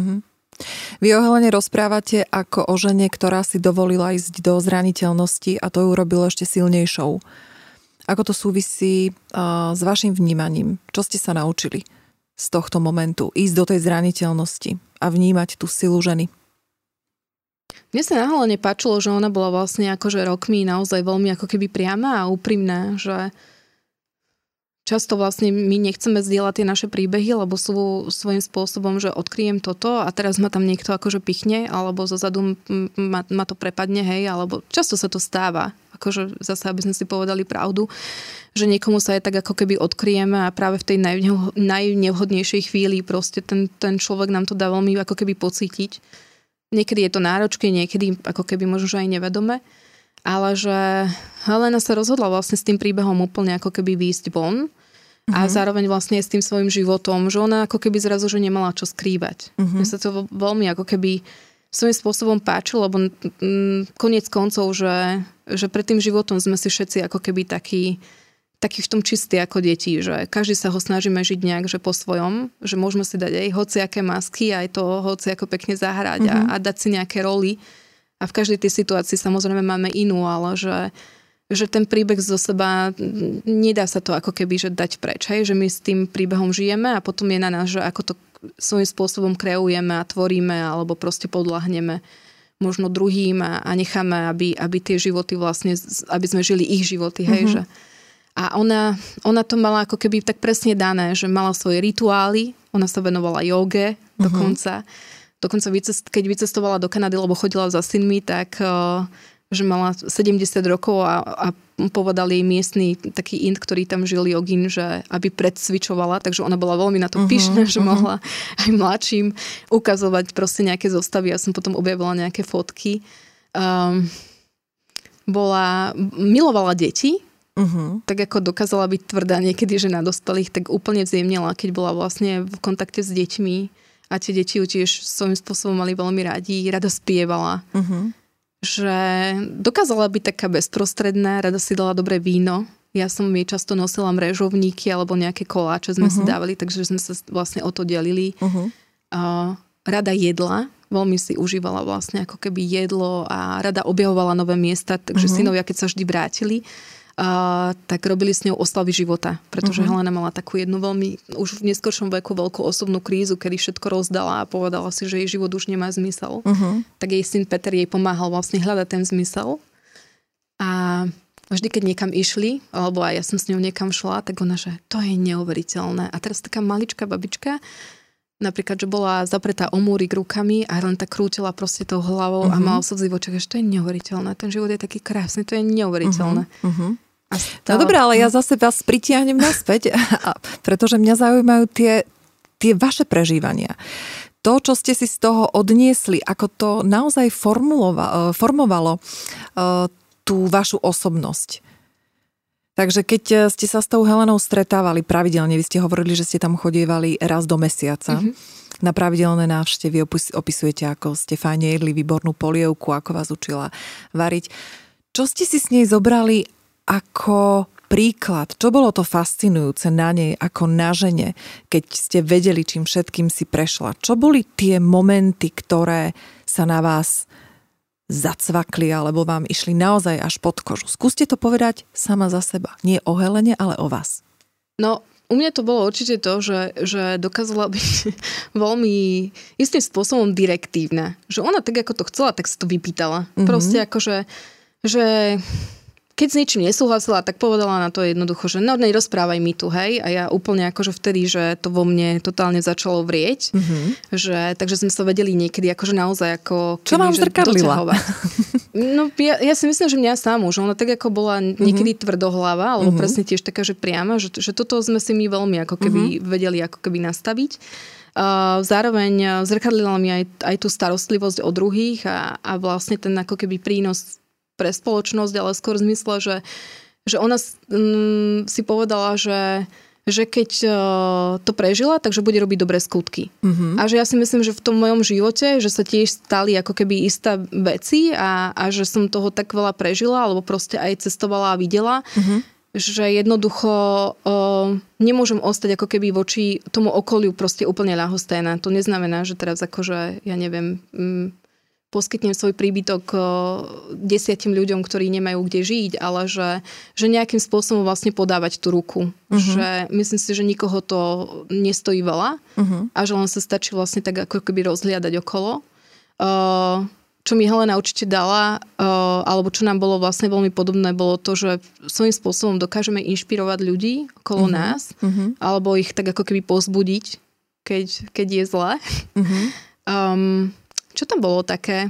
Vy o Helene rozprávate ako o žene, ktorá si dovolila ísť do zraniteľnosti a to ju urobilo ešte silnejšou. Ako to súvisí s vašim vnímaním? Čo ste sa naučili z tohto momentu? Ísť do tej zraniteľnosti a vnímať tú silu ženy? Mne sa na Helene páčilo, že ona bola vlastne akože rokmi naozaj veľmi ako keby priama a úprimná, že často vlastne my nechceme zdieľať tie naše príbehy, lebo sú svojím spôsobom, že odkryjem toto a teraz ma tam niekto akože pichne, alebo zozadu ma to prepadne, hej, alebo často sa to stáva, akože zase, aby sme si povedali pravdu, že niekomu sa aj tak ako keby odkryjeme a práve v tej najnevhodnejšej chvíli proste ten človek nám to dá veľmi ako keby pocítiť. Niekedy je to náročné, niekedy ako keby možno, že aj nevedome, ale že Helena sa rozhodla vlastne s tým príbehom úplne ako keby výjsť von a zároveň vlastne s tým svojim životom, že ona ako keby zrazu, že nemala čo skrývať. Mne sa to veľmi ako keby svojím spôsobom páčilo, lebo koniec koncov, že pred tým životom sme si všetci ako keby takí v tom čistí ako deti, že každý sa ho snažíme žiť nejak, že po svojom, že môžeme si dať aj hociaké masky, aj to hociako pekne zahrať a dať si nejaké roly. A v každej tej situácii samozrejme máme inú, ale že ten príbeh zo seba, nedá sa to ako keby že dať preč, hej? Že my s tým príbehom žijeme a potom je na nás, že ako to svojím spôsobom kreujeme a tvoríme, alebo proste podľahneme možno druhým a necháme, aby tie životy vlastne, aby sme žili ich životy, hej, že a ona to mala ako keby tak presne dané, že mala svoje rituály, ona sa venovala jóge dokonca. Dokonca keď vycestovala do Kanady, lebo chodila za synmi, tak mala 70 rokov a povedal jej miestny taký Ind, ktorý tam žil, jogín, že aby predcvičovala, takže ona bola veľmi na to pyšná, že mohla aj mladším ukazovať proste nejaké zostavy. Ja som potom objavila nejaké fotky. Milovala deti, tak ako dokázala byť tvrdá niekedy, že na dospelých, tak úplne vzjemnila, keď bola vlastne v kontakte s deťmi a tie deti ju tiež svojím spôsobom mali veľmi radi, rada spievala. Že dokázala byť taká bezprostredná, rada si dala dobré víno. Ja som jej často nosila mrežovníky alebo nejaké koláče sme si dávali, takže sme sa vlastne o to delili. Rada jedla, veľmi si užívala vlastne ako keby jedlo a rada objavovala nové miesta, takže synovia, keď sa vždy vrátili, tak robili s ňou oslavy života, pretože Helena mala takú jednu veľmi, už v neskoršom veku veľkú osobnú krízu, kedy všetko rozdala a povedala si, že jej život už nemá zmysel. Tak jej syn Peter jej pomáhal vlastne hľadať ten zmysel. A vždy, keď niekam išli, alebo aj ja som s ňou niekam šla, tak ona, že to je neuveriteľné. A teraz taká maličká babička, napríklad, že bola zapretá o múrik rukami a len tak krútila proste tou hlavou a mala slzy v očiach, že to je neuveriteľné. Ten život je taký krásny, to je neuveriteľné. No dobré, ale ja zase vás pritiahnem naspäť, pretože mňa zaujímajú tie vaše prežívania. To, čo ste si z toho odniesli, ako to naozaj formovalo tú vašu osobnosť. Takže keď ste sa s tou Helenou stretávali pravidelne, vy ste hovorili, že ste tam chodievali raz do mesiaca na pravidelné návštevy, opisujete, ako ste fajne jedli výbornú polievku, ako vás učila variť. Čo ste si s nej zobrali ako príklad? Čo bolo to fascinujúce na nej ako na žene, keď ste vedeli, čím všetkým si prešla? Čo boli tie momenty, ktoré sa na vás zacvakli alebo vám išli naozaj až pod kožu? Skúste to povedať sama za seba. Nie o Helene, ale o vás. No, u mňa to bolo určite to, že dokázala byť veľmi istým spôsobom direktívna. Že ona tak, ako to chcela, tak sa to vypýtala. Proste akože, že keď s ničím nesúhlasila, tak povedala na to jednoducho, že no, nerozprávaj mi tu, hej. A ja úplne akože vtedy, že to vo mne totálne začalo vrieť. Takže sme sa vedeli niekedy akože naozaj ako... Čo vám zrkadlila? No ja si myslím, že mňa samú, že ona tak ako bola niekedy tvrdohlava, alebo presne tiež taká, že priama, že toto sme si my veľmi ako keby vedeli ako keby nastaviť. Zároveň zrkadlila mi aj tú starostlivosť o druhých a vlastne ten ako keby prínos pre spoločnosť, ale skôr v zmysle, že ona si povedala, že keď to prežila, takže bude robiť dobré skutky. A že ja si myslím, že v tom mojom živote, že sa tiež stali ako keby isté veci a že som toho tak veľa prežila, alebo proste aj cestovala a videla, že jednoducho nemôžem ostať ako keby voči tomu okoliu proste úplne ľahostajná. To neznamená, že teraz akože, ja neviem, poskytnem svoj príbytok 10 ľuďom, ktorí nemajú kde žiť, ale že nejakým spôsobom vlastne podávať tú ruku. Že myslím si, že nikoho to nestojí veľa a že len sa stačí vlastne tak ako keby rozhliadať okolo. Čo mi Helena určite dala, alebo čo nám bolo vlastne veľmi podobné, bolo to, že svojím spôsobom dokážeme inšpirovať ľudí okolo nás, alebo ich tak ako keby povzbudiť, keď je zle. Čo tam bolo také?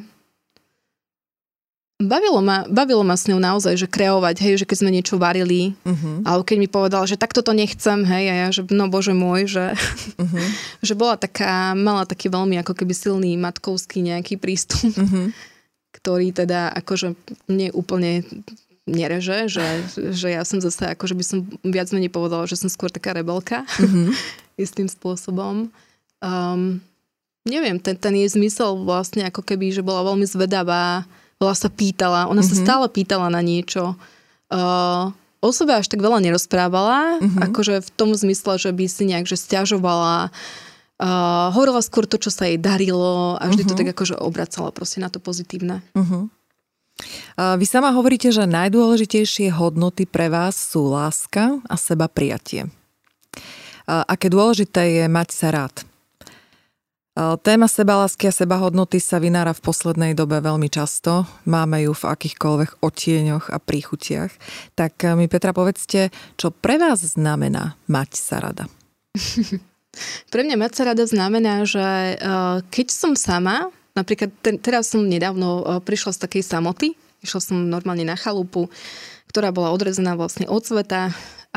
Bavilo ma s ňou naozaj, že kreovať, hej, že keď sme niečo varili, alebo keď mi povedala, že takto to nechcem, hej, a ja, že no bože môj, že bola taká, mala taký veľmi ako keby silný matkovský nejaký prístup, ktorý teda akože mne úplne nereže, že ja som zase akože by som viac menej povedala, že som skôr taká rebelka istým spôsobom. Neviem, ten jej zmysel vlastne ako keby, že bola veľmi zvedavá, veľa sa pýtala, ona sa stále pýtala na niečo. O sebe až tak veľa nerozprávala, akože v tom zmysle, že by si nejak že sťažovala, hovorila skôr to, čo sa jej darilo a vždy to tak akože obracala proste na to pozitívne. Vy sama hovoríte, že najdôležitejšie hodnoty pre vás sú láska a sebaprijatie. Aké dôležité je mať sa rád? Téma sebalásky a sebahodnoty sa vynára v poslednej dobe veľmi často. Máme ju v akýchkoľvek odtieňoch a príchutiach. Tak mi, Petra, povedzte, čo pre vás znamená mať sa rada? Pre mňa mať sa rada znamená, že keď som sama, napríklad teraz som nedávno prišla z takej samoty, Išla som normálne na chalupu, ktorá bola odrezená vlastne od sveta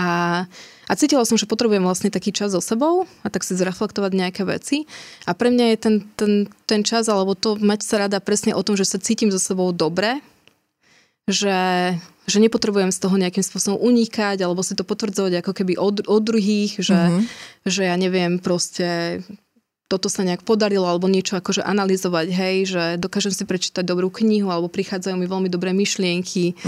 a cítila som, že potrebujem vlastne taký čas so sebou a tak si zreflektovať nejaké veci. A pre mňa je ten čas, alebo to mať sa rada presne o tom, že sa cítim so sebou dobre, že nepotrebujem z toho nejakým spôsobom unikať alebo si to potvrdzovať ako keby od druhých, že ja neviem, proste toto sa nejak podarilo alebo niečo akože analyzovať, hej, že dokážem si prečítať dobrú knihu alebo prichádzajú mi veľmi dobré myšlienky,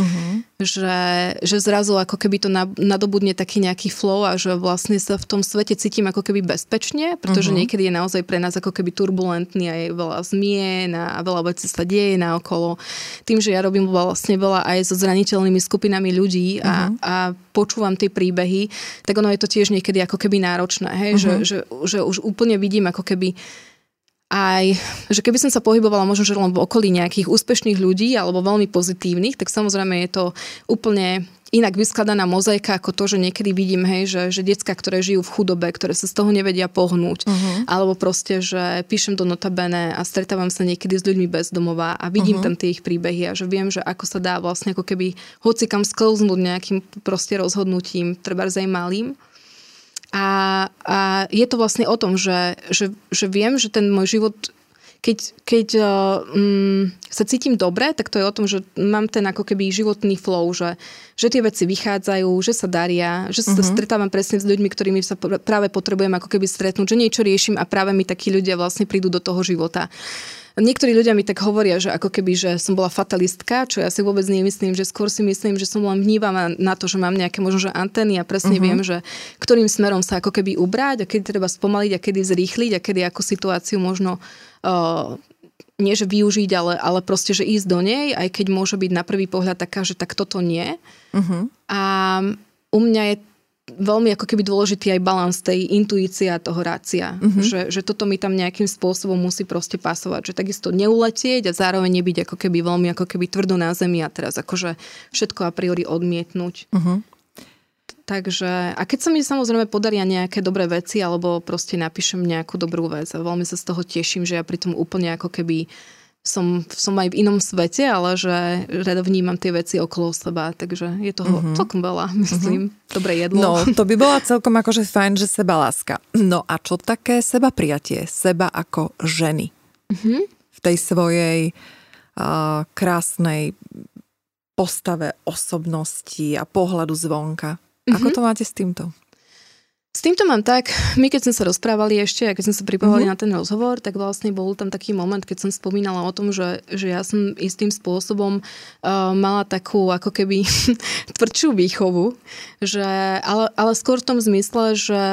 že zrazu ako keby to nadobudne taký nejaký flow a že vlastne sa v tom svete cítim ako keby bezpečne, pretože niekedy je naozaj pre nás ako keby turbulentný a je veľa zmien a veľa vecí sa deje naokolo. Tým, že ja robím vlastne veľa aj so zraniteľnými skupinami ľudí a počúvam tie príbehy, tak ono je to tiež niekedy ako keby náročné, hej, že už úplne vidím ako keby aj, že keby som sa pohybovala možno, že len v okolí nejakých úspešných ľudí alebo veľmi pozitívnych, tak samozrejme je to úplne inak vyskladaná mozaika ako to, že niekedy vidím, hej, že decká, ktoré žijú v chudobe, ktoré sa z toho nevedia pohnúť, alebo proste, že píšem do notabene a stretávam sa niekedy s ľuďmi bez domova a vidím tam tie ich príbehy a že viem, že ako sa dá vlastne ako keby hocikam sklznúť nejakým proste rozhodnutím, trebárs aj malým. A je to vlastne o tom, že viem, že ten môj život, keď sa cítim dobre, tak to je o tom, že mám ten ako keby životný flow, že tie veci vychádzajú, že sa daria, že sa stretávam presne s ľuďmi, ktorými sa práve potrebujem ako keby stretnúť, že niečo riešim a práve mi takí ľudia vlastne prídu do toho života. Niektorí ľudia mi tak hovoria, že ako keby, že som bola fatalistka, čo ja si vôbec nemyslím, že skôr si myslím, že som len vnímavá na to, že mám nejaké možno, že antény a presne viem, že ktorým smerom sa ako keby ubrať a kedy treba spomaliť a kedy zrýchliť a kedy ako situáciu možno nie že využiť, ale proste, že ísť do nej, aj keď môže byť na prvý pohľad taká, že tak toto nie. A u mňa je veľmi ako keby dôležitý aj balans tej intuície a toho rácia. Že toto mi tam nejakým spôsobom musí proste pasovať. Že takisto neuletieť a zároveň nebyť ako keby veľmi ako keby tvrdo na zemi a teraz akože všetko a priori odmietnúť. Takže, a keď sa mi samozrejme podaria nejaké dobré veci alebo proste napíšem nejakú dobrú vec a veľmi sa z toho teším, že ja pri tom úplne ako keby som aj v inom svete, ale že rada vnímam tie veci okolo seba, takže je toho celkom veľa, myslím. Dobré jedlo. No, to by bola celkom akože fajn, že sebaláska. No a čo také seba prijatie? Seba ako ženy. V tej svojej krásnej postave, osobnosti a pohľadu zvonka. Ako to máte s týmto? S týmto mám tak, my keď sme sa rozprávali ešte a keď sme sa pripravovali na ten rozhovor, tak vlastne bol tam taký moment, keď som spomínala o tom, že ja som istým spôsobom mala takú ako keby tvrdšiu výchovu, ale skôr v tom zmysle,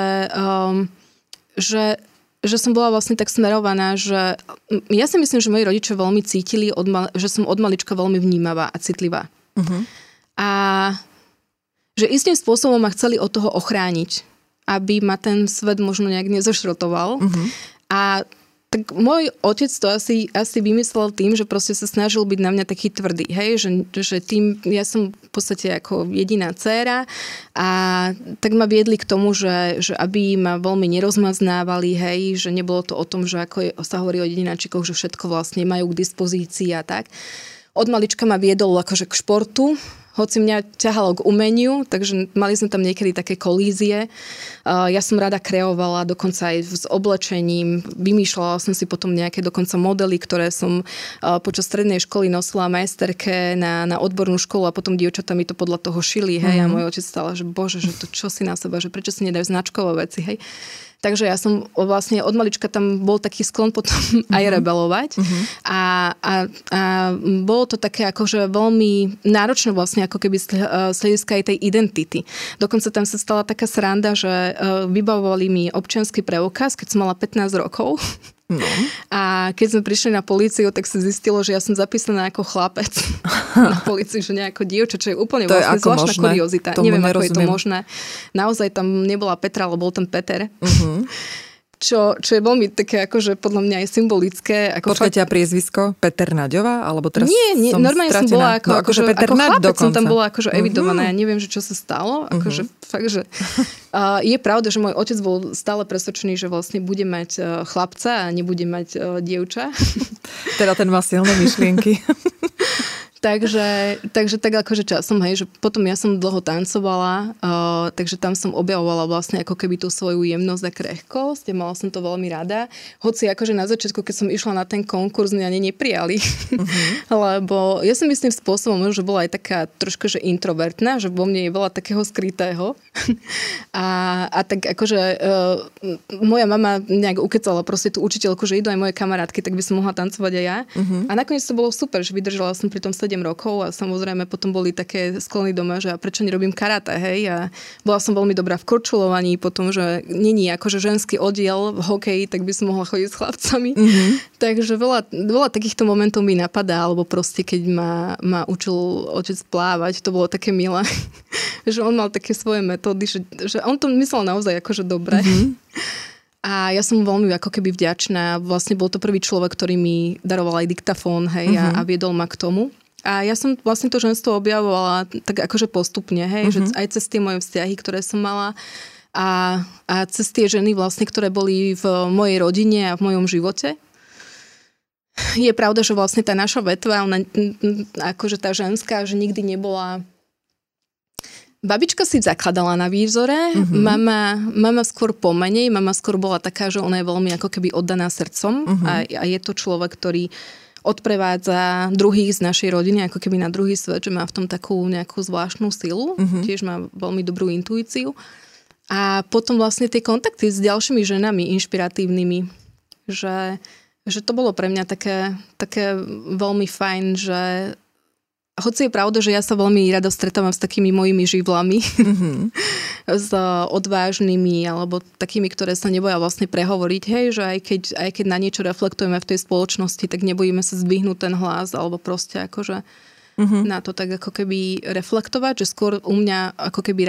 že som bola vlastne tak smerovaná, že ja si myslím, že moji rodičia veľmi cítili, že som od malička veľmi vnímavá a citlivá. A že istým spôsobom ma chceli od toho ochrániť, aby ma ten svet možno nejak nezošrotoval. A tak môj otec to asi vymyslel tým, že proste sa snažil byť na mňa taký tvrdý, hej, že tým, ja som v podstate ako jediná dcéra a tak ma viedli k tomu, že aby ma veľmi nerozmaznávali, hej, že nebolo to o tom, že ako sa hovorí o jedináčikoch, že všetko vlastne majú k dispozícii a tak. Od malička ma viedol akože k športu, hoci mňa ťahalo k umeniu, takže mali sme tam niekedy také kolízie. Ja som rada kreovala, dokonca aj s oblečením. Vymýšľala som si potom nejaké dokonca modely, ktoré som počas strednej školy nosila majsterke na odbornú školu a potom dievčatá mi to podľa toho šili. Hej, a môj otec stále, že bože, že to čo si na seba, že prečo si nedajú značkové veci, hej. Takže ja som vlastne od malička tam bol taký sklon potom aj rebelovať. A bolo to také akože veľmi náročné vlastne ako keby z hľadiska aj tej identity. Dokonca tam sa stala taká sranda, že vybavovali mi občiansky preukaz, keď som mala 15 rokov. No. A keď sme prišli na políciu, tak sa zistilo, že ja som zapísaná ako chlapec na políciu, že nie ako dievča, čo je úplne to vlastne je zvláštna možné. kuriozita. Neviem, ako je to možné. Naozaj tam nebola Petra, ale bol tam Peter. Čo je veľmi také, akože podľa mňa je symbolické. Počkajte, a priezvisko? Peter Naďová? Alebo teraz nie, som normálne stratená. som bola ako, no, akože Peter ako Naď chlapec dokonca. som tam bola akože evidovaná. Ja neviem, že čo sa stalo. Akože fakt, že je pravda, že môj otec bol stále presvedčený, že vlastne bude mať chlapca a nebude mať dievča. Teda ten má silné myšlienky. takže tak akože časom, hej, že potom ja som dlho tancovala, takže tam som objavovala vlastne ako keby tú svoju jemnosť a krehkosť a mala som to veľmi rada. Hoci akože na začiatku, keď som išla na ten konkurs, mňa ani neprijali. Lebo ja si myslím spôsobom, že bola aj taká trošku, že introvertná, že vo mne je veľa takého skrytého. A tak akože moja mama nejak ukecala proste tú učiteľku, že idú aj moje kamarátky, tak by som mohla tancovať aj ja. A nakoniec to bolo super, že vydržala som pri tom 7 rokov a samozrejme potom boli také sklony doma, že a prečo nerobím karate, hej? A bola som veľmi dobrá v korčulovaní, potom, že není akože ženský oddiel v hokeji, tak by som mohla chodiť s chlapcami. Takže veľa takýchto momentov mi napadá, alebo proste keď ma učil otec plávať, to bolo také milé, že on mal také svoje metódy, že on to myslel naozaj akože dobre. A ja som veľmi ako keby vďačná. Vlastne bol to prvý človek, ktorý mi daroval aj diktafón, hej, a viedol ma k tomu. A ja som vlastne to ženstvo objavovala tak akože postupne, hej, že aj cez tie moje vzťahy, ktoré som mala a cez tie ženy vlastne, ktoré boli v mojej rodine a v mojom živote. Je pravda, že vlastne tá naša vetva, ona, akože tá ženská, že nikdy nebola... Babička si zakladala na výzore, mama skôr pomenej, mama skôr bola taká, že ona je veľmi ako keby oddaná srdcom a je to človek, ktorý odprevádza druhých z našej rodiny ako keby na druhý svet, že má v tom takú nejakú zvláštnu silu, tiež má veľmi dobrú intuíciu. A potom vlastne tie kontakty s ďalšími ženami inšpiratívnymi, že to bolo pre mňa také veľmi fajn, že hoci je pravda, že ja sa veľmi rada stretávam s takými mojimi živlami, s odvážnymi, alebo takými, ktoré sa neboja vlastne prehovoriť, hej, že aj keď na niečo reflektujeme v tej spoločnosti, tak nebojíme sa zdvihnúť ten hlas, alebo proste akože na to tak ako keby reflektovať, že skôr u mňa ako keby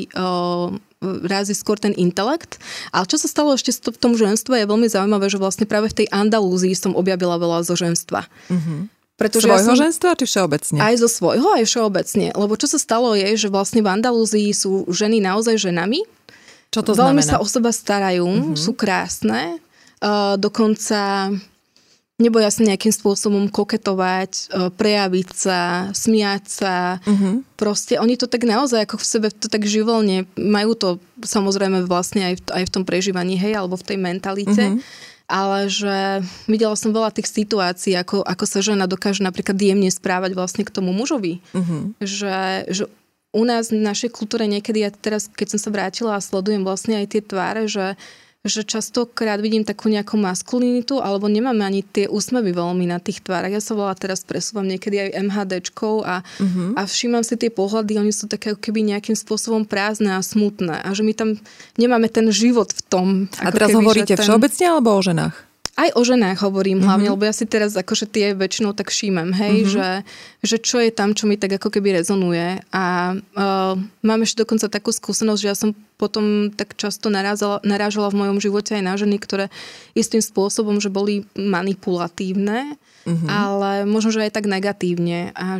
razí skôr ten intelekt. Ale čo sa stalo ešte v tom ženstve je veľmi zaujímavé, že vlastne práve v tej Andalúzii som objavila veľa zo ženstva. Pretože svojho ženstva, či všeobecne? Aj zo svojho, aj všeobecne. Lebo čo sa stalo je, že vlastne v Andalúzii sú ženy naozaj ženami. Čo to veľmi znamená? Sa o seba starajú, sú krásne. Dokonca neboja sa nejakým spôsobom koketovať, prejaviť sa, smiať sa. Proste oni to tak naozaj ako v sebe to tak živelne majú to samozrejme vlastne aj v tom prežívaní, hej, alebo v tej mentalite. Ale že videla som veľa tých situácií, ako sa žena dokáže napríklad jemne správať vlastne k tomu mužovi. Že u nás v našej kultúre niekedy, ja teraz, keď som sa vrátila a sledujem vlastne aj tie tváre, že častokrát vidím takú nejakú maskulinitu, alebo nemáme ani tie úsmevy veľmi na tých tvárach. Ja sa veľa teraz presúvam niekedy aj MHDčkou a všímam si tie pohľady, oni sú také keby nejakým spôsobom prázdne a smutné. A že my tam nemáme ten život v tom. A teraz keby, hovoríte všeobecne alebo o ženách? Aj o ženách hovorím hlavne, lebo ja si teraz akože tie väčšinou tak všímam, hej, že čo je tam, čo mi tak ako keby rezonuje. A mám ešte dokonca takú skúsenosť, že ja som potom tak často narážala v mojom živote aj na ženy, ktoré istým spôsobom, že boli manipulatívne, ale možno, že aj tak negatívne. A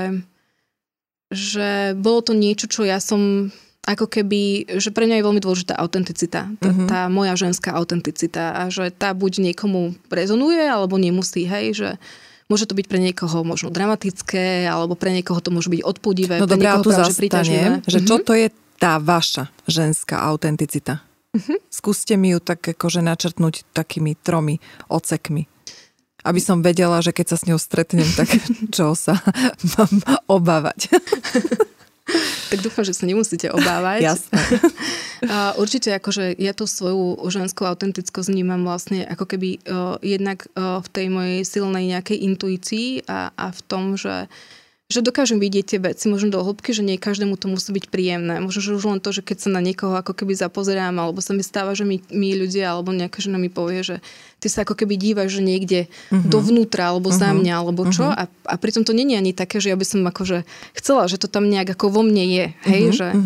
že bolo to niečo, čo ja som... ako keby, že pre mňa je veľmi dôležitá autenticita. Tá moja ženská autenticita. A že tá buď niekomu rezonuje, alebo nemusí, hej, že môže to byť pre niekoho možno dramatické, alebo pre niekoho to môže byť odpudivé. No dobré, ale tu zastanem, že čo to je tá vaša ženská autenticita? Skúste mi ju tak akože načrtnúť takými 3 odsekmi. Aby som vedela, že keď sa s ňou stretnem, tak čo sa mám obávať. Tak dúfam, že sa nemusíte obávať. Jasné. Určite akože ja tú svoju ženskú autentickosť vnímam vlastne ako keby jednak v tej mojej silnej nejakej intuícii a v tom, že dokážem vidieť tie veci možno do hĺbky, že nie každému to musí byť príjemné. Možno, že už len to, že keď sa na niekoho ako keby zapozerám, alebo sa mi stáva, že mi ľudia, alebo nejaká žena mi povie, že ty sa ako keby dívaš, že niekde dovnútra, alebo za mňa, alebo čo. A pritom to nie je ani také, že ja by som akože chcela, že to tam nejak ako vo mne je. Hej,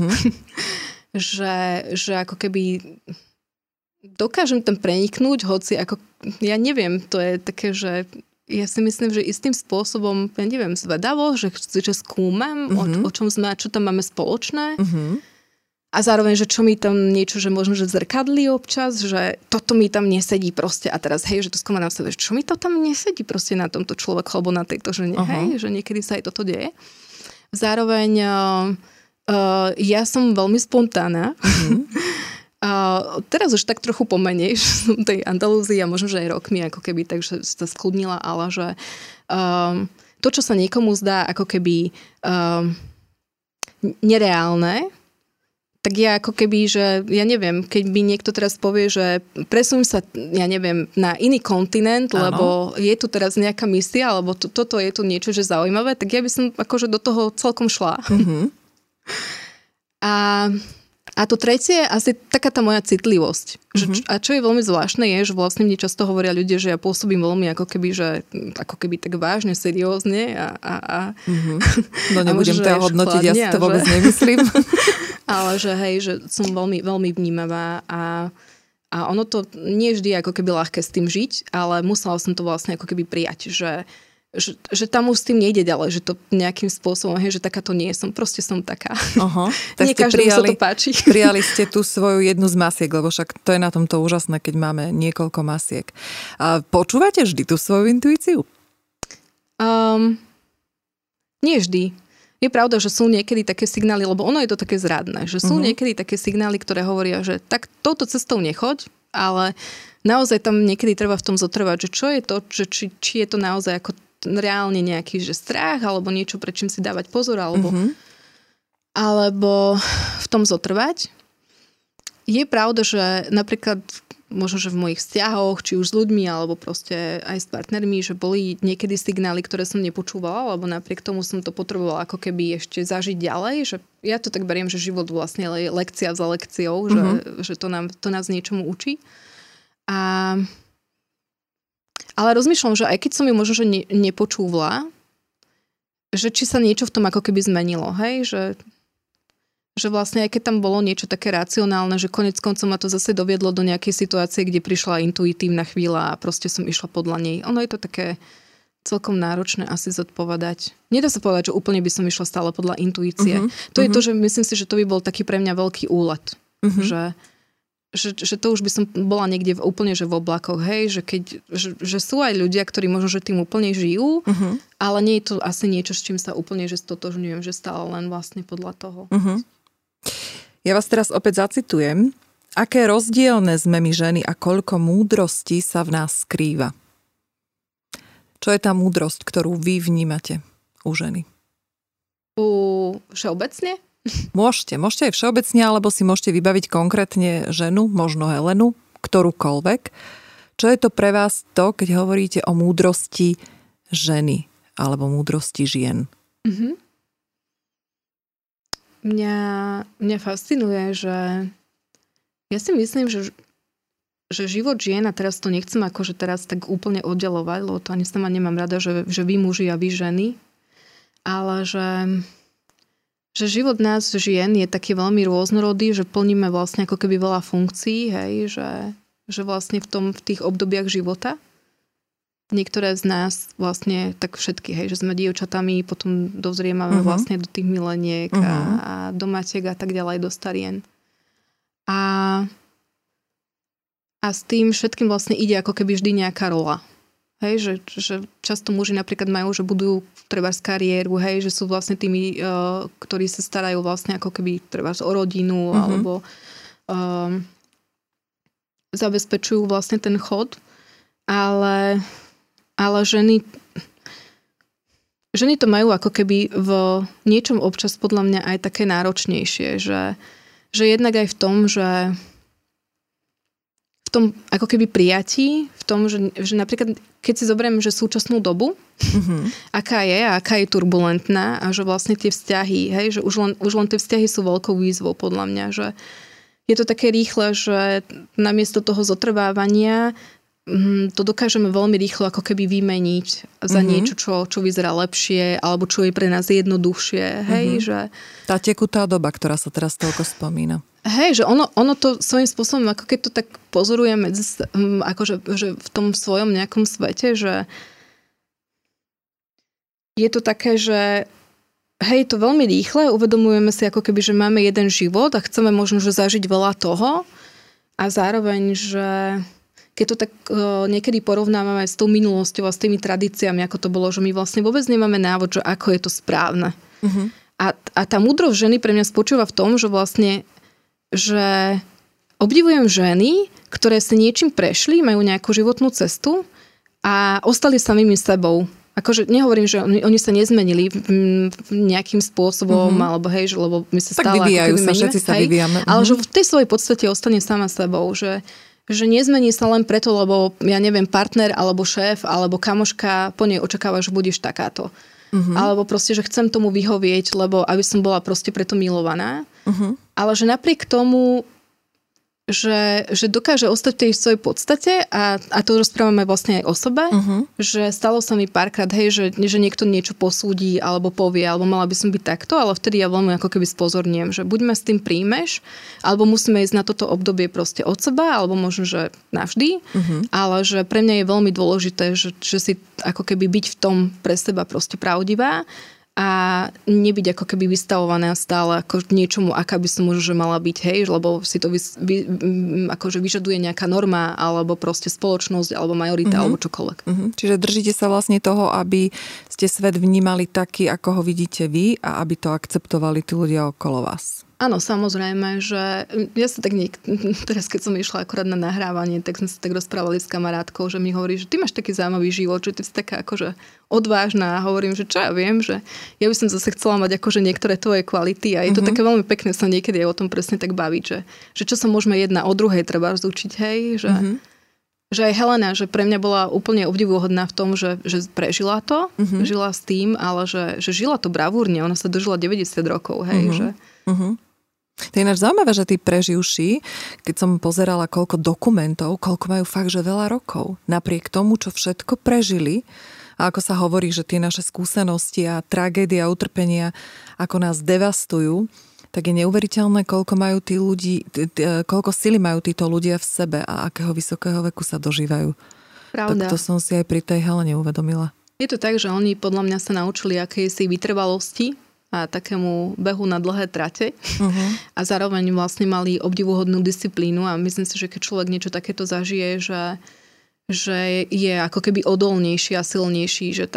že ako keby dokážem tam preniknúť, hoci ako, ja neviem, to je také, že ja si myslím, že istým spôsobom, ja neviem, zvedavo, že skúmam, o čom sme a čo tam máme spoločné. A zároveň, že čo mi tam niečo, že možno, že zrkadlí občas, že toto mi tam nesedí proste. A teraz, hej, že to skúma na sebe, že čo mi to tam nesedí proste na tomto človeku, alebo na tejto žene, hej, že niekedy sa aj toto deje. Zároveň ja som veľmi spontánna. Teraz už tak trochu pomenej, že som tej Andalúzii a možno, že aj rokmi ako keby, takže sa skľudnila, ale že to, čo sa niekomu zdá ako keby nereálne, tak ja ako keby, že ja neviem, keď by niekto teraz povie, že presuň sa, ja neviem, na iný kontinent, lebo je tu teraz nejaká misia, alebo toto je tu niečo, že zaujímavé, tak ja by som akože do toho celkom šla. A to tretie je asi taká tá moja citlivosť. A čo je veľmi zvláštne je, že vlastne mne často hovoria ľudia, že ja pôsobím veľmi ako keby tak vážne, seriózne No nebudem to hodnotiť, ja si to vôbec nemyslím. Ale že hej, že som veľmi, veľmi vnímavá a ono to nie vždy ako keby ľahké s tým žiť, ale musela som to vlastne ako keby prijať, že tam už s tým nejde ďalej, že to nejakým spôsobom, hej, že takáto nie som, proste som taká. Tak nie každému sa to páči. Prijali ste tú svoju jednu z masiek, lebo však to je na tomto úžasné, keď máme niekoľko masiek. A počúvate vždy tú svoju intuíciu? Nie vždy. Je pravda, že sú niekedy také signály, lebo ono je to také zradné, že sú niekedy také signály, ktoré hovoria, že tak touto cestou nechoď, ale naozaj tam niekedy treba v tom zotrvať, že čo je to, že či je to naozaj ako reálne nejaký že strach, alebo niečo, pred čím si dávať pozor, alebo v tom zotrvať. Je pravda, že napríklad možno, že v mojich vzťahoch, či už s ľuďmi, alebo proste aj s partnermi, že boli niekedy signály, ktoré som nepočúvala, lebo napriek tomu som to potrebovala ako keby ešte zažiť ďalej, že ja to tak beriem, že život vlastne je lekcia za lekciou, že to nás niečomu učí. Ale rozmýšľam, že aj keď som ju možno, že nepočúvala, že či sa niečo v tom ako keby zmenilo, hej, že vlastne aj keď tam bolo niečo také racionálne, že konec koncov ma to zase doviedlo do nejakej situácie, kde prišla intuitívna chvíľa a proste som išla podľa nej. Ono je to také celkom náročné asi zodpovedať. Nedá sa povedať, že úplne by som išla stále podľa intuície. To je to, že myslím si, že to by bol taký pre mňa veľký úlet. Že to už by som bola niekde úplne že v oblakoch, hej, že sú aj ľudia, ktorí možno, že tým úplne žijú, ale nie je to asi niečo, s čím sa úplne že stotožňujem, že stále len vlastne podľa toho. Ja vás teraz opäť zacitujem. Aké rozdielne sme my ženy a koľko múdrosti sa v nás skrýva. Čo je tá múdrosť, ktorú vy vnímate u ženy? Všeobecne? Môžete aj všeobecne, alebo si môžete vybaviť konkrétne ženu, možno Helenu, ktorúkoľvek. Čo je to pre vás to, keď hovoríte o múdrosti ženy alebo múdrosti žien? Mňa fascinuje, že ja si myslím, že život žien, a teraz to nechcem akože teraz tak úplne oddelovať, lebo to ani sama nemám rada, že vy muži a vy ženy, ale že život nás žien je taký veľmi rôznorodý, že plníme vlastne ako keby veľa funkcií, hej, že vlastne v tých obdobiach života niektoré z nás vlastne, tak všetky, hej, že sme dievčatami, potom dozriemame vlastne do tých mileniek a do matiek a tak ďalej, do starien. A s tým všetkým vlastne ide ako keby vždy nejaká rola. Hej, že často muži napríklad majú, že budujú trebárs kariéru, hej, že sú vlastne tými, ktorí sa starajú vlastne ako keby trebárs o rodinu, alebo zabezpečujú vlastne ten chod. Ale ženy to majú ako keby v niečom občas podľa mňa aj také náročnejšie, že jednak aj v tom, že v tom ako keby prijatí, v tom, že napríklad keď si zoberiem, že súčasnú dobu, aká je turbulentná a že vlastne tie vzťahy, hej, že už len tie vzťahy sú veľkou výzvou podľa mňa, že je to také rýchle, že namiesto toho zotrvávania to dokážeme veľmi rýchlo ako keby vymeniť za niečo, čo vyzerá lepšie, alebo čo je pre nás jednoduchšie. Hej, že tá tekutá doba, ktorá sa teraz toľko spomína. Hej, že ono to svojím spôsobom, ako keď to tak pozorujeme akože, že v tom svojom nejakom svete, že je to také, že hej, to veľmi rýchle, uvedomujeme si ako keby, že máme jeden život a chceme možno, že zažiť veľa toho a zároveň, že keď to tak niekedy porovnávame s tou minulosťou a s tými tradíciami, ako to bolo, že my vlastne vôbec nemáme návod, že ako je to správne. Uh-huh. A tá múdrosť ženy pre mňa spočíva v tom, že vlastne, že obdivujem ženy, ktoré si niečím prešli, majú nejakú životnú cestu a ostali samými sebou. Akože nehovorím, že oni sa nezmenili nejakým spôsobom, alebo hej, lebo my sa stále vyvíjajú ako keby meníme, všetci sa vyvíjame. Ale že v tej svojej podstate ostane sama sebou, že nezmení sa len preto, lebo ja neviem, partner, alebo šéf, alebo kamoška po nej očakáva, že budeš takáto. Alebo proste, že chcem tomu vyhovieť, lebo aby som bola proste preto milovaná. Ale že napriek tomu že dokáže ostať v tej svojej podstate a to rozprávame vlastne aj o sebe, že stalo sa mi párkrát, hej, že niekto niečo posúdi alebo povie, alebo mala by som byť takto, ale vtedy ja veľmi ako keby spozorniem, že buď ma s tým príjmeš, alebo musíme ísť na toto obdobie proste od seba, alebo možno, že navždy, ale že pre mňa je veľmi dôležité, že si ako keby byť v tom pre seba proste pravdivá a nebyť ako keby vystavovaná stále ako niečomu, aká by som možno, že mala byť, hej, lebo si to akože vyžaduje nejaká norma, alebo proste spoločnosť, alebo majorita, alebo čokoľvek. Čiže držíte sa vlastne toho, aby ste svet vnímali taký, ako ho vidíte vy a aby to akceptovali tí ľudia okolo vás. Áno, samozrejme, že ja sa tak teraz keď som išla akorát na nahrávanie, tak sme sa tak rozprávali s kamarátkou, že mi hovorí, že ty máš taký zaujímavý život, že ty si taká akože odvážna a hovorím, že čo ja viem, že ja by som zase chcela mať akože niektoré tvoje kvality a je to také veľmi pekné sa niekedy aj o tom presne tak baviť, že čo sa môžeme jedna od druhej treba rozúčiť, hej, že aj Helena, že pre mňa bola úplne obdivuhodná v tom, že prežila to, žila s tým, ale že žila to bravúrne, ona sa dožila 90 rokov, hej, že To je ináč zaujímavé, že tí preživší, keď som pozerala koľko dokumentov, koľko majú fakt, že veľa rokov. Napriek tomu, čo všetko prežili, a ako sa hovorí, že tie naše skúsenosti a tragédia a utrpenia, ako nás devastujú, tak je neuveriteľné, koľko majú tí ľudí, koľko sily majú títo ľudia v sebe a akého vysokého veku sa dožívajú. Pravda. Tak to som si aj pri tej Helene uvedomila. Je to tak, že oni podľa mňa sa naučili akejsi vytrvalosti a takému behu na dlhé trate a zároveň vlastne mali obdivuhodnú disciplínu a myslím si, že keď človek niečo takéto zažije, že je ako keby odolnejší a silnejší, že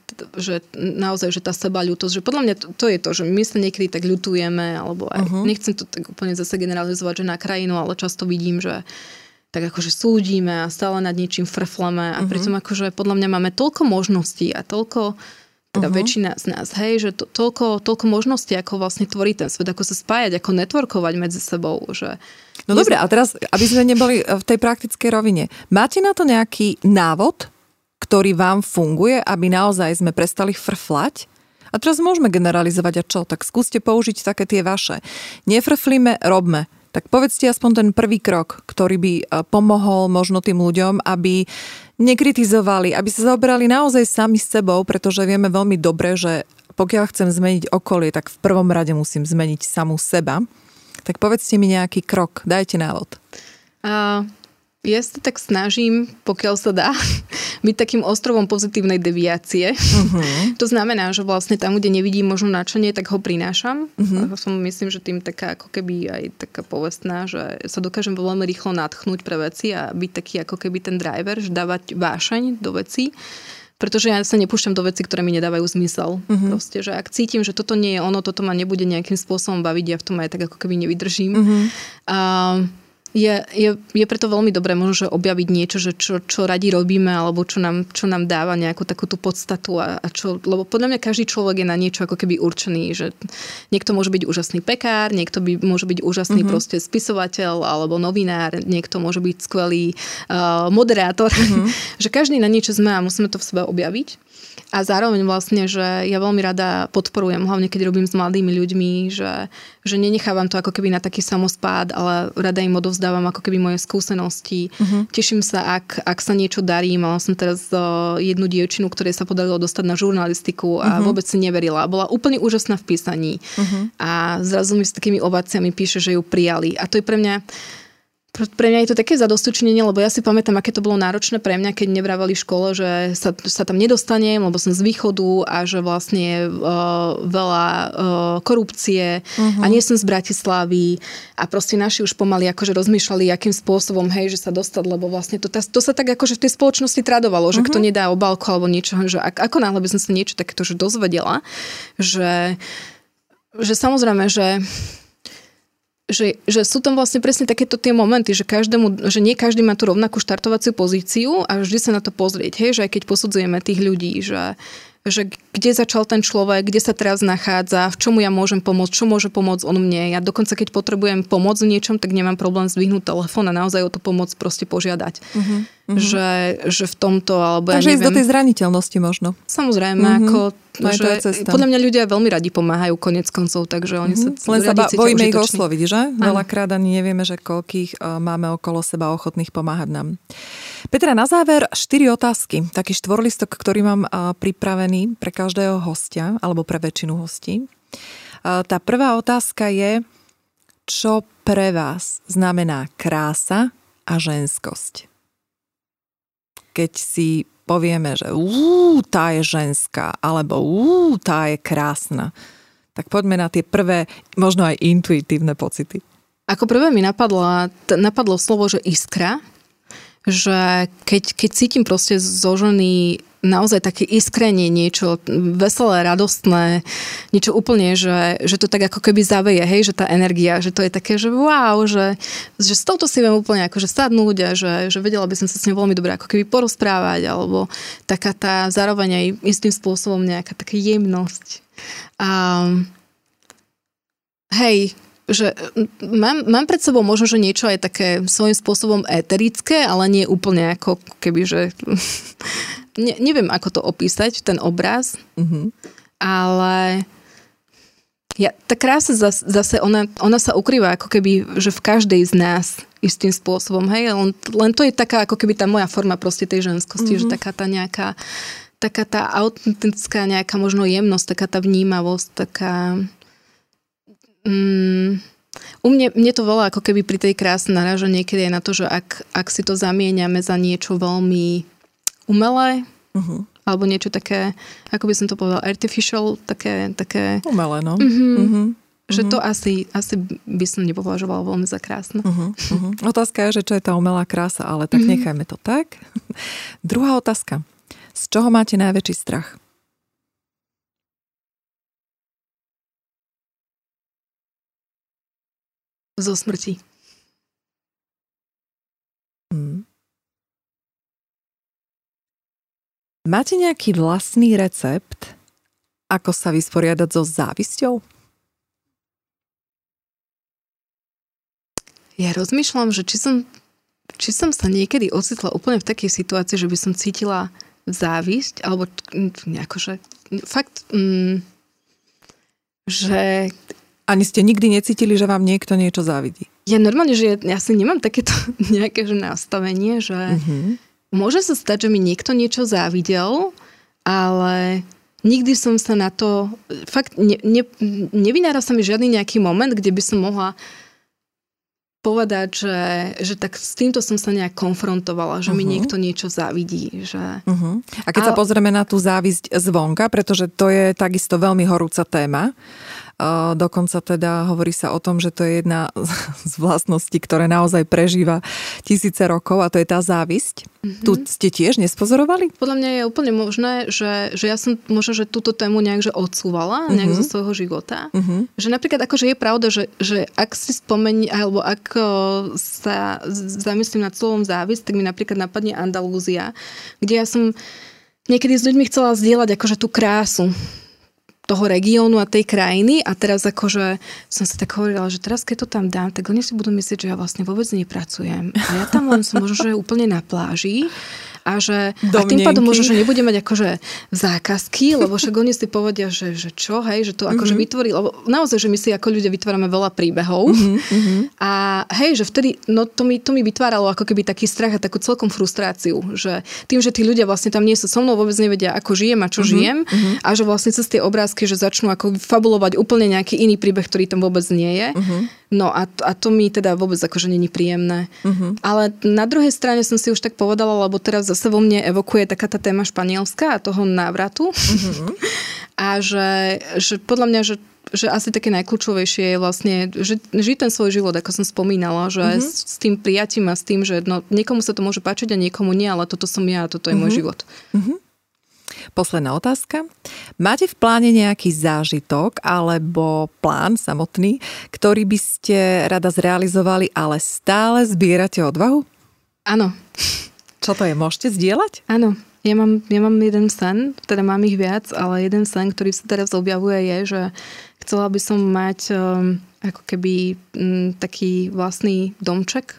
naozaj, že tá sebaľútosť, že podľa mňa to je to, že my sa niekedy tak ľutujeme, alebo aj, nechcem to tak úplne zase generalizovať, že na krajinu, ale často vidím, že tak akože súdime a stále nad niečím frflame a pritom akože podľa mňa máme toľko možností a toľko teda väčšina z nás, hej, že toľko možností, ako vlastne tvorí ten svet, ako sa spájať, ako networkovať medzi sebou. Že no dobre, a teraz, aby sme neboli v tej praktickej rovine, máte na to nejaký návod, ktorý vám funguje, aby naozaj sme prestali frflať? A teraz môžeme generalizovať a čo? Tak skúste použiť také tie vaše. Nefrflíme, robme. Tak povedzte aspoň ten prvý krok, ktorý by pomohol možno tým ľuďom, aby nekritizovali, aby sa zaoberali naozaj sami s sebou, pretože vieme veľmi dobre, že pokiaľ chcem zmeniť okolie, tak v prvom rade musím zmeniť samú seba. Tak povedzte mi nejaký krok, dajte návod. Ja sa tak snažím, pokiaľ sa dá, byť takým ostrovom pozitívnej deviácie. To znamená, že vlastne tam, kde nevidím možno načenie, tak ho prinášam. Myslím, že tým taká ako keby aj taká povestná, že sa dokážem veľmi rýchlo nadchnúť pre veci a byť taký ako keby ten driver, že dávať vášeň do vecí. Pretože ja sa nepúšťam do vecí, ktoré mi nedávajú zmysel. Proste, že ak cítim, že toto nie je ono, toto ma nebude nejakým spôsobom baviť, ja v tom aj tak ako keby nevydržím. Je preto veľmi dobré možno, že objaviť niečo, že čo radi robíme, alebo čo nám dáva nejakú takú tú podstatu lebo podľa mňa každý človek je na niečo ako keby určený, že niekto môže byť úžasný pekár, niekto môže byť úžasný proste spisovateľ alebo novinár, niekto môže byť skvelý moderátor, že každý na niečo sme a musíme to v sebe objaviť. A zároveň vlastne, že ja veľmi rada podporujem, hlavne keď robím s mladými ľuďmi, že nenechávam to ako keby na taký samospád, ale rada im odovzdávam ako keby moje skúsenosti. Teším sa, ak sa niečo darí. Mala som teraz jednu dievčinu, ktorej sa podarilo dostať na žurnalistiku a vôbec si neverila. Bola úplne úžasná v písaní. A zrazu mi s takými ováciami píše, že ju prijali. A to je pre mňa Pre mňa je to také zadosťučinenie, lebo ja si pamätám, aké to bolo náročné pre mňa, keď nevravali v škole, že sa tam nedostanem, lebo som z východu a že vlastne je veľa korupcie a nie som z Bratislavy a proste naši už pomaly akože rozmýšľali, akým spôsobom, hej, že sa dostať, lebo vlastne to sa tak akože v tej spoločnosti tradovalo, že kto nedá obálku alebo niečo, že ako náhle by som sa niečo takéto že dozvedela, že samozrejme, že sú tam vlastne presne takéto tie momenty, že nie každý má tú rovnakú štartovaciu pozíciu a vždy sa na to pozrieť, hej, že aj keď posudzujeme tých ľudí, že kde začal ten človek, kde sa teraz nachádza, v čomu ja môžem pomôcť, čo môže pomôcť on mne. Ja dokonca, keď potrebujem pomoc v niečom, tak nemám problém zdvihnúť telefón a naozaj o tú pomoc proste požiadať. Že v tomto, alebo takže ísť do tej zraniteľnosti možno. Samozrejme, podľa mňa ľudia veľmi radi pomáhajú konec koncov, takže oni sa len sa bojíme ich osloviť, že? Veľakrát ani nevieme, že koľkých máme okolo seba ochotných pomáhať nám. Petra, na záver 4 otázky. Taký štvorlistok, ktorý mám pripravený pre každého hostia, alebo pre väčšinu hostí. Tá prvá otázka je, čo pre vás znamená krása a ženskosť? Keď si povieme, že tá je ženská, alebo tá je krásna, tak poďme na tie prvé, možno aj intuitívne pocity. Ako prvé mi napadlo slovo, že iskra, že keď cítim proste zo ženy naozaj také iskrenie, niečo veselé, radostné, niečo úplne, že to tak ako keby zaveje, hej, že tá energia, že to je také, že wow, že s touto si viem úplne akože sadnúť a že vedela by som sa s ňou veľmi dobre ako keby porozprávať, alebo taká tá zároveň aj istým spôsobom nejaká taká jemnosť. Hej, že mám pred sebou možno, že niečo aj také svojím spôsobom éterické, ale nie úplne ako keby, že neviem, ako to opísať, ten obraz, ale tá krása zase, ona sa ukrýva ako keby, že v každej z nás istým spôsobom, hej, len to je taká ako keby tá moja forma proste tej ženskosti, že taká tá nejaká, taká tá autentická nejaká možno jemnosť, taká tá vnímavosť, taká mne to veľa ako keby pri tej kráse naráža niekedy aj na to, že ak si to zamieňame za niečo veľmi umelé, alebo niečo také, ako by som to povedala, artificial, také umelé, no. Že to asi by som nepovažovala veľmi za krásne. Otázka je, že čo je tá umelá krása, ale tak nechajme to tak. Druhá otázka. Z čoho máte najväčší strach? Zo smrti. Máte nejaký vlastný recept, ako sa vysporiadať so závisťou? Ja rozmýšľam, že či som sa niekedy ocitla úplne v takej situácii, že by som cítila závisť, alebo nejako, že fakt, že ani ste nikdy necítili, že vám niekto niečo závidí? Ja normálne, že ja si nemám takéto nejaké že nastavenie, že môže sa stať, že mi niekto niečo závidel, ale nikdy som sa na to... Fakt nevynára sa mi žiadny nejaký moment, kde by som mohla povedať, že tak s týmto som sa nejak konfrontovala, že mi niekto niečo závidí. Že... A keď sa pozrieme na tú závisť zvonka, pretože to je takisto veľmi horúca téma, dokonca teda hovorí sa o tom, že to je jedna z vlastností, ktoré naozaj prežíva tisíce rokov a to je tá závisť. Tu ste tiež nespozorovali? Podľa mňa je úplne možné, že ja som možno, že túto tému nejak že odsúvala nejak zo svojho života. Že napríklad akože je pravda, že ak si spomení, alebo ak sa zamyslím nad slovom závisť, tak mi napríklad napadne Andalúzia, kde ja som niekedy s ľuďmi chcela zdieľať akože tú krásu toho regiónu a tej krajiny a teraz akože som sa tak hovorila, že teraz keď to tam dám, tak oni si budú myslieť, že ja vlastne vôbec nepracujem. A ja tam len som možno, že úplne na pláži a tým pádom možno, že nebudem mať akože zákazky, lebo však oni si povedia, že čo, hej, že to akože vytvorí, lebo naozaj, že my si ako ľudia vytvárame veľa príbehov a hej, že vtedy, no to mi vytváralo ako keby taký strach a takú celkom frustráciu, že tým, že tí ľudia vlastne tam nie sú so mnou, vôbec nevedia, ako žijem a čo žijem a že vlastne cez tie obrázky, že začnú ako fabulovať úplne nejaký iný príbeh, ktorý tam vôbec nie je. No a to mi teda vôbec akože není príjemné. Ale na druhej strane som si už tak povedala, lebo teraz zase vo mne evokuje taká tá téma Španielska a toho návratu. A že podľa mňa, že asi také najkľúčovejšie je vlastne žiť ten svoj život, ako som spomínala, že s tým prijatím a s tým, že niekomu sa to môže páčiť a niekomu nie, ale toto som ja a toto je môj život. Posledná otázka. Máte v pláne nejaký zážitok alebo plán samotný, ktorý by ste rada zrealizovali, ale stále zbierate odvahu? Áno. Čo to je? Môžete zdieľať? Áno. Ja mám jeden sen, teda mám ich viac, ale jeden sen, ktorý sa teraz objavuje je, že chcela by som mať ako keby taký vlastný domček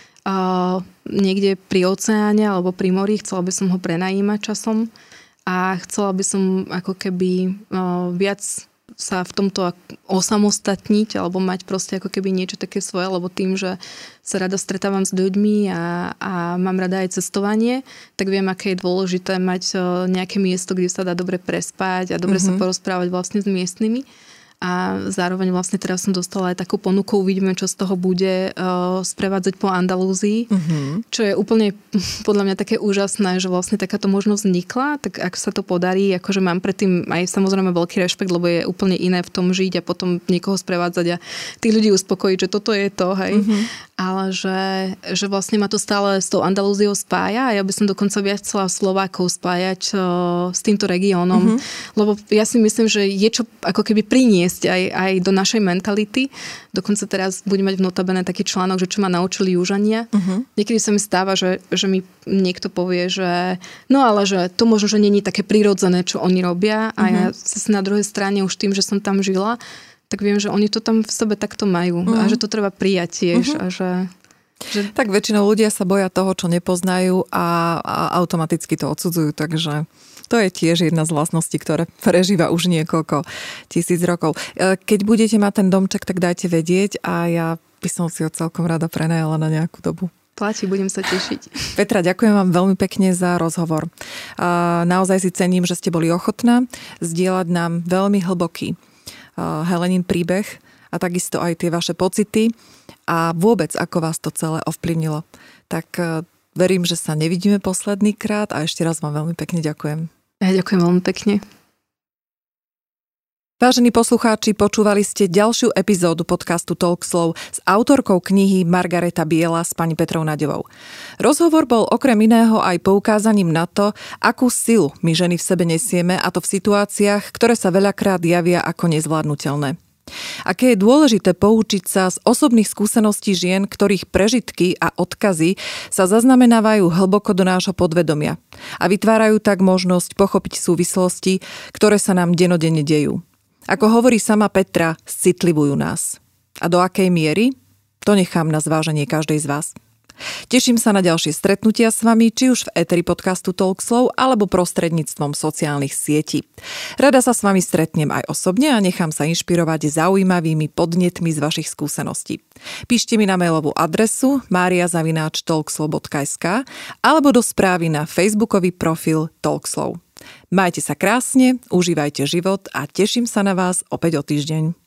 niekde pri oceáne alebo pri mori. Chcela by som ho prenajímať časom a chcela by som ako keby viac sa v tomto osamostatniť alebo mať proste ako keby niečo také svoje, lebo tým, že sa rada stretávam s ľuďmi a mám rada aj cestovanie, tak viem, aké je dôležité mať nejaké miesto, kde sa dá dobre prespať a dobre sa porozprávať vlastne s miestnymi. A zároveň vlastne teraz som dostala aj takú ponuku, uvidíme, čo z toho bude, sprevádzať po Andalúzii, čo je úplne podľa mňa také úžasné, že vlastne takáto možnosť vznikla, tak ak sa to podarí, akože mám predtým aj samozrejme veľký rešpekt, lebo je úplne iné v tom žiť a potom niekoho sprevádzať a tých ľudí uspokojiť, že toto je to, hej. Ale že vlastne ma to stále s tou Andalúziou spája a ja by som dokonca viac chcela Slovákov spájať s týmto regiónom, lebo ja si myslím, že je čo ako keby priniesť aj do našej mentality. Dokonca teraz budem mať v notabene taký článok, že čo ma naučili Južania. Niekedy sa mi stáva, že mi niekto povie, že no ale že to možno, že nie je také prirodzené, čo oni robia a ja zase na druhej strane už tým, že som tam žila, tak viem, že oni to tam v sebe takto majú a že to treba prijať tiež a že... Tak väčšinou ľudia sa boja toho, čo nepoznajú a automaticky to odsudzujú, takže to je tiež jedna z vlastností, ktoré prežíva už niekoľko tisíc rokov. Keď budete mať ten domček, tak dajte vedieť a ja by som si ho celkom rada prenajala na nejakú dobu. Platí, budem sa tešiť. Petra, ďakujem vám veľmi pekne za rozhovor. Naozaj si cením, že ste boli ochotná zdieľať nám veľmi hlboký Helenin príbeh a takisto aj tie vaše pocity a vôbec ako vás to celé ovplyvnilo. Tak verím, že sa nevidíme posledný krát a ešte raz vám veľmi pekne ďakujem. Ja ďakujem veľmi pekne. Vážení poslucháči, počúvali ste ďalšiu epizódu podcastu Talkslow s autorkou knihy Margareta Biela s pani Petrou Naďovou. Rozhovor bol okrem iného aj poukázaním na to, akú silu my ženy v sebe nesieme, a to v situáciách, ktoré sa veľakrát javia ako nezvládnutelné. Aké je dôležité poučiť sa z osobných skúseností žien, ktorých prežitky a odkazy sa zaznamenávajú hlboko do nášho podvedomia a vytvárajú tak možnosť pochopiť súvislosti, ktoré sa nám denodenne dejú. Ako hovorí sama Petra, citlivujú nás. A do akej miery? To nechám na zváženie každej z vás. Teším sa na ďalšie stretnutia s vami, či už v éteri podcastu Talkslow, alebo prostredníctvom sociálnych sietí. Rada sa s vami stretnem aj osobne a nechám sa inšpirovať zaujímavými podnetmi z vašich skúseností. Píšte mi na mailovú adresu maria@talkslow.sk alebo do správy na facebookový profil Talkslow. Majte sa krásne, užívajte život a teším sa na vás opäť o týždeň.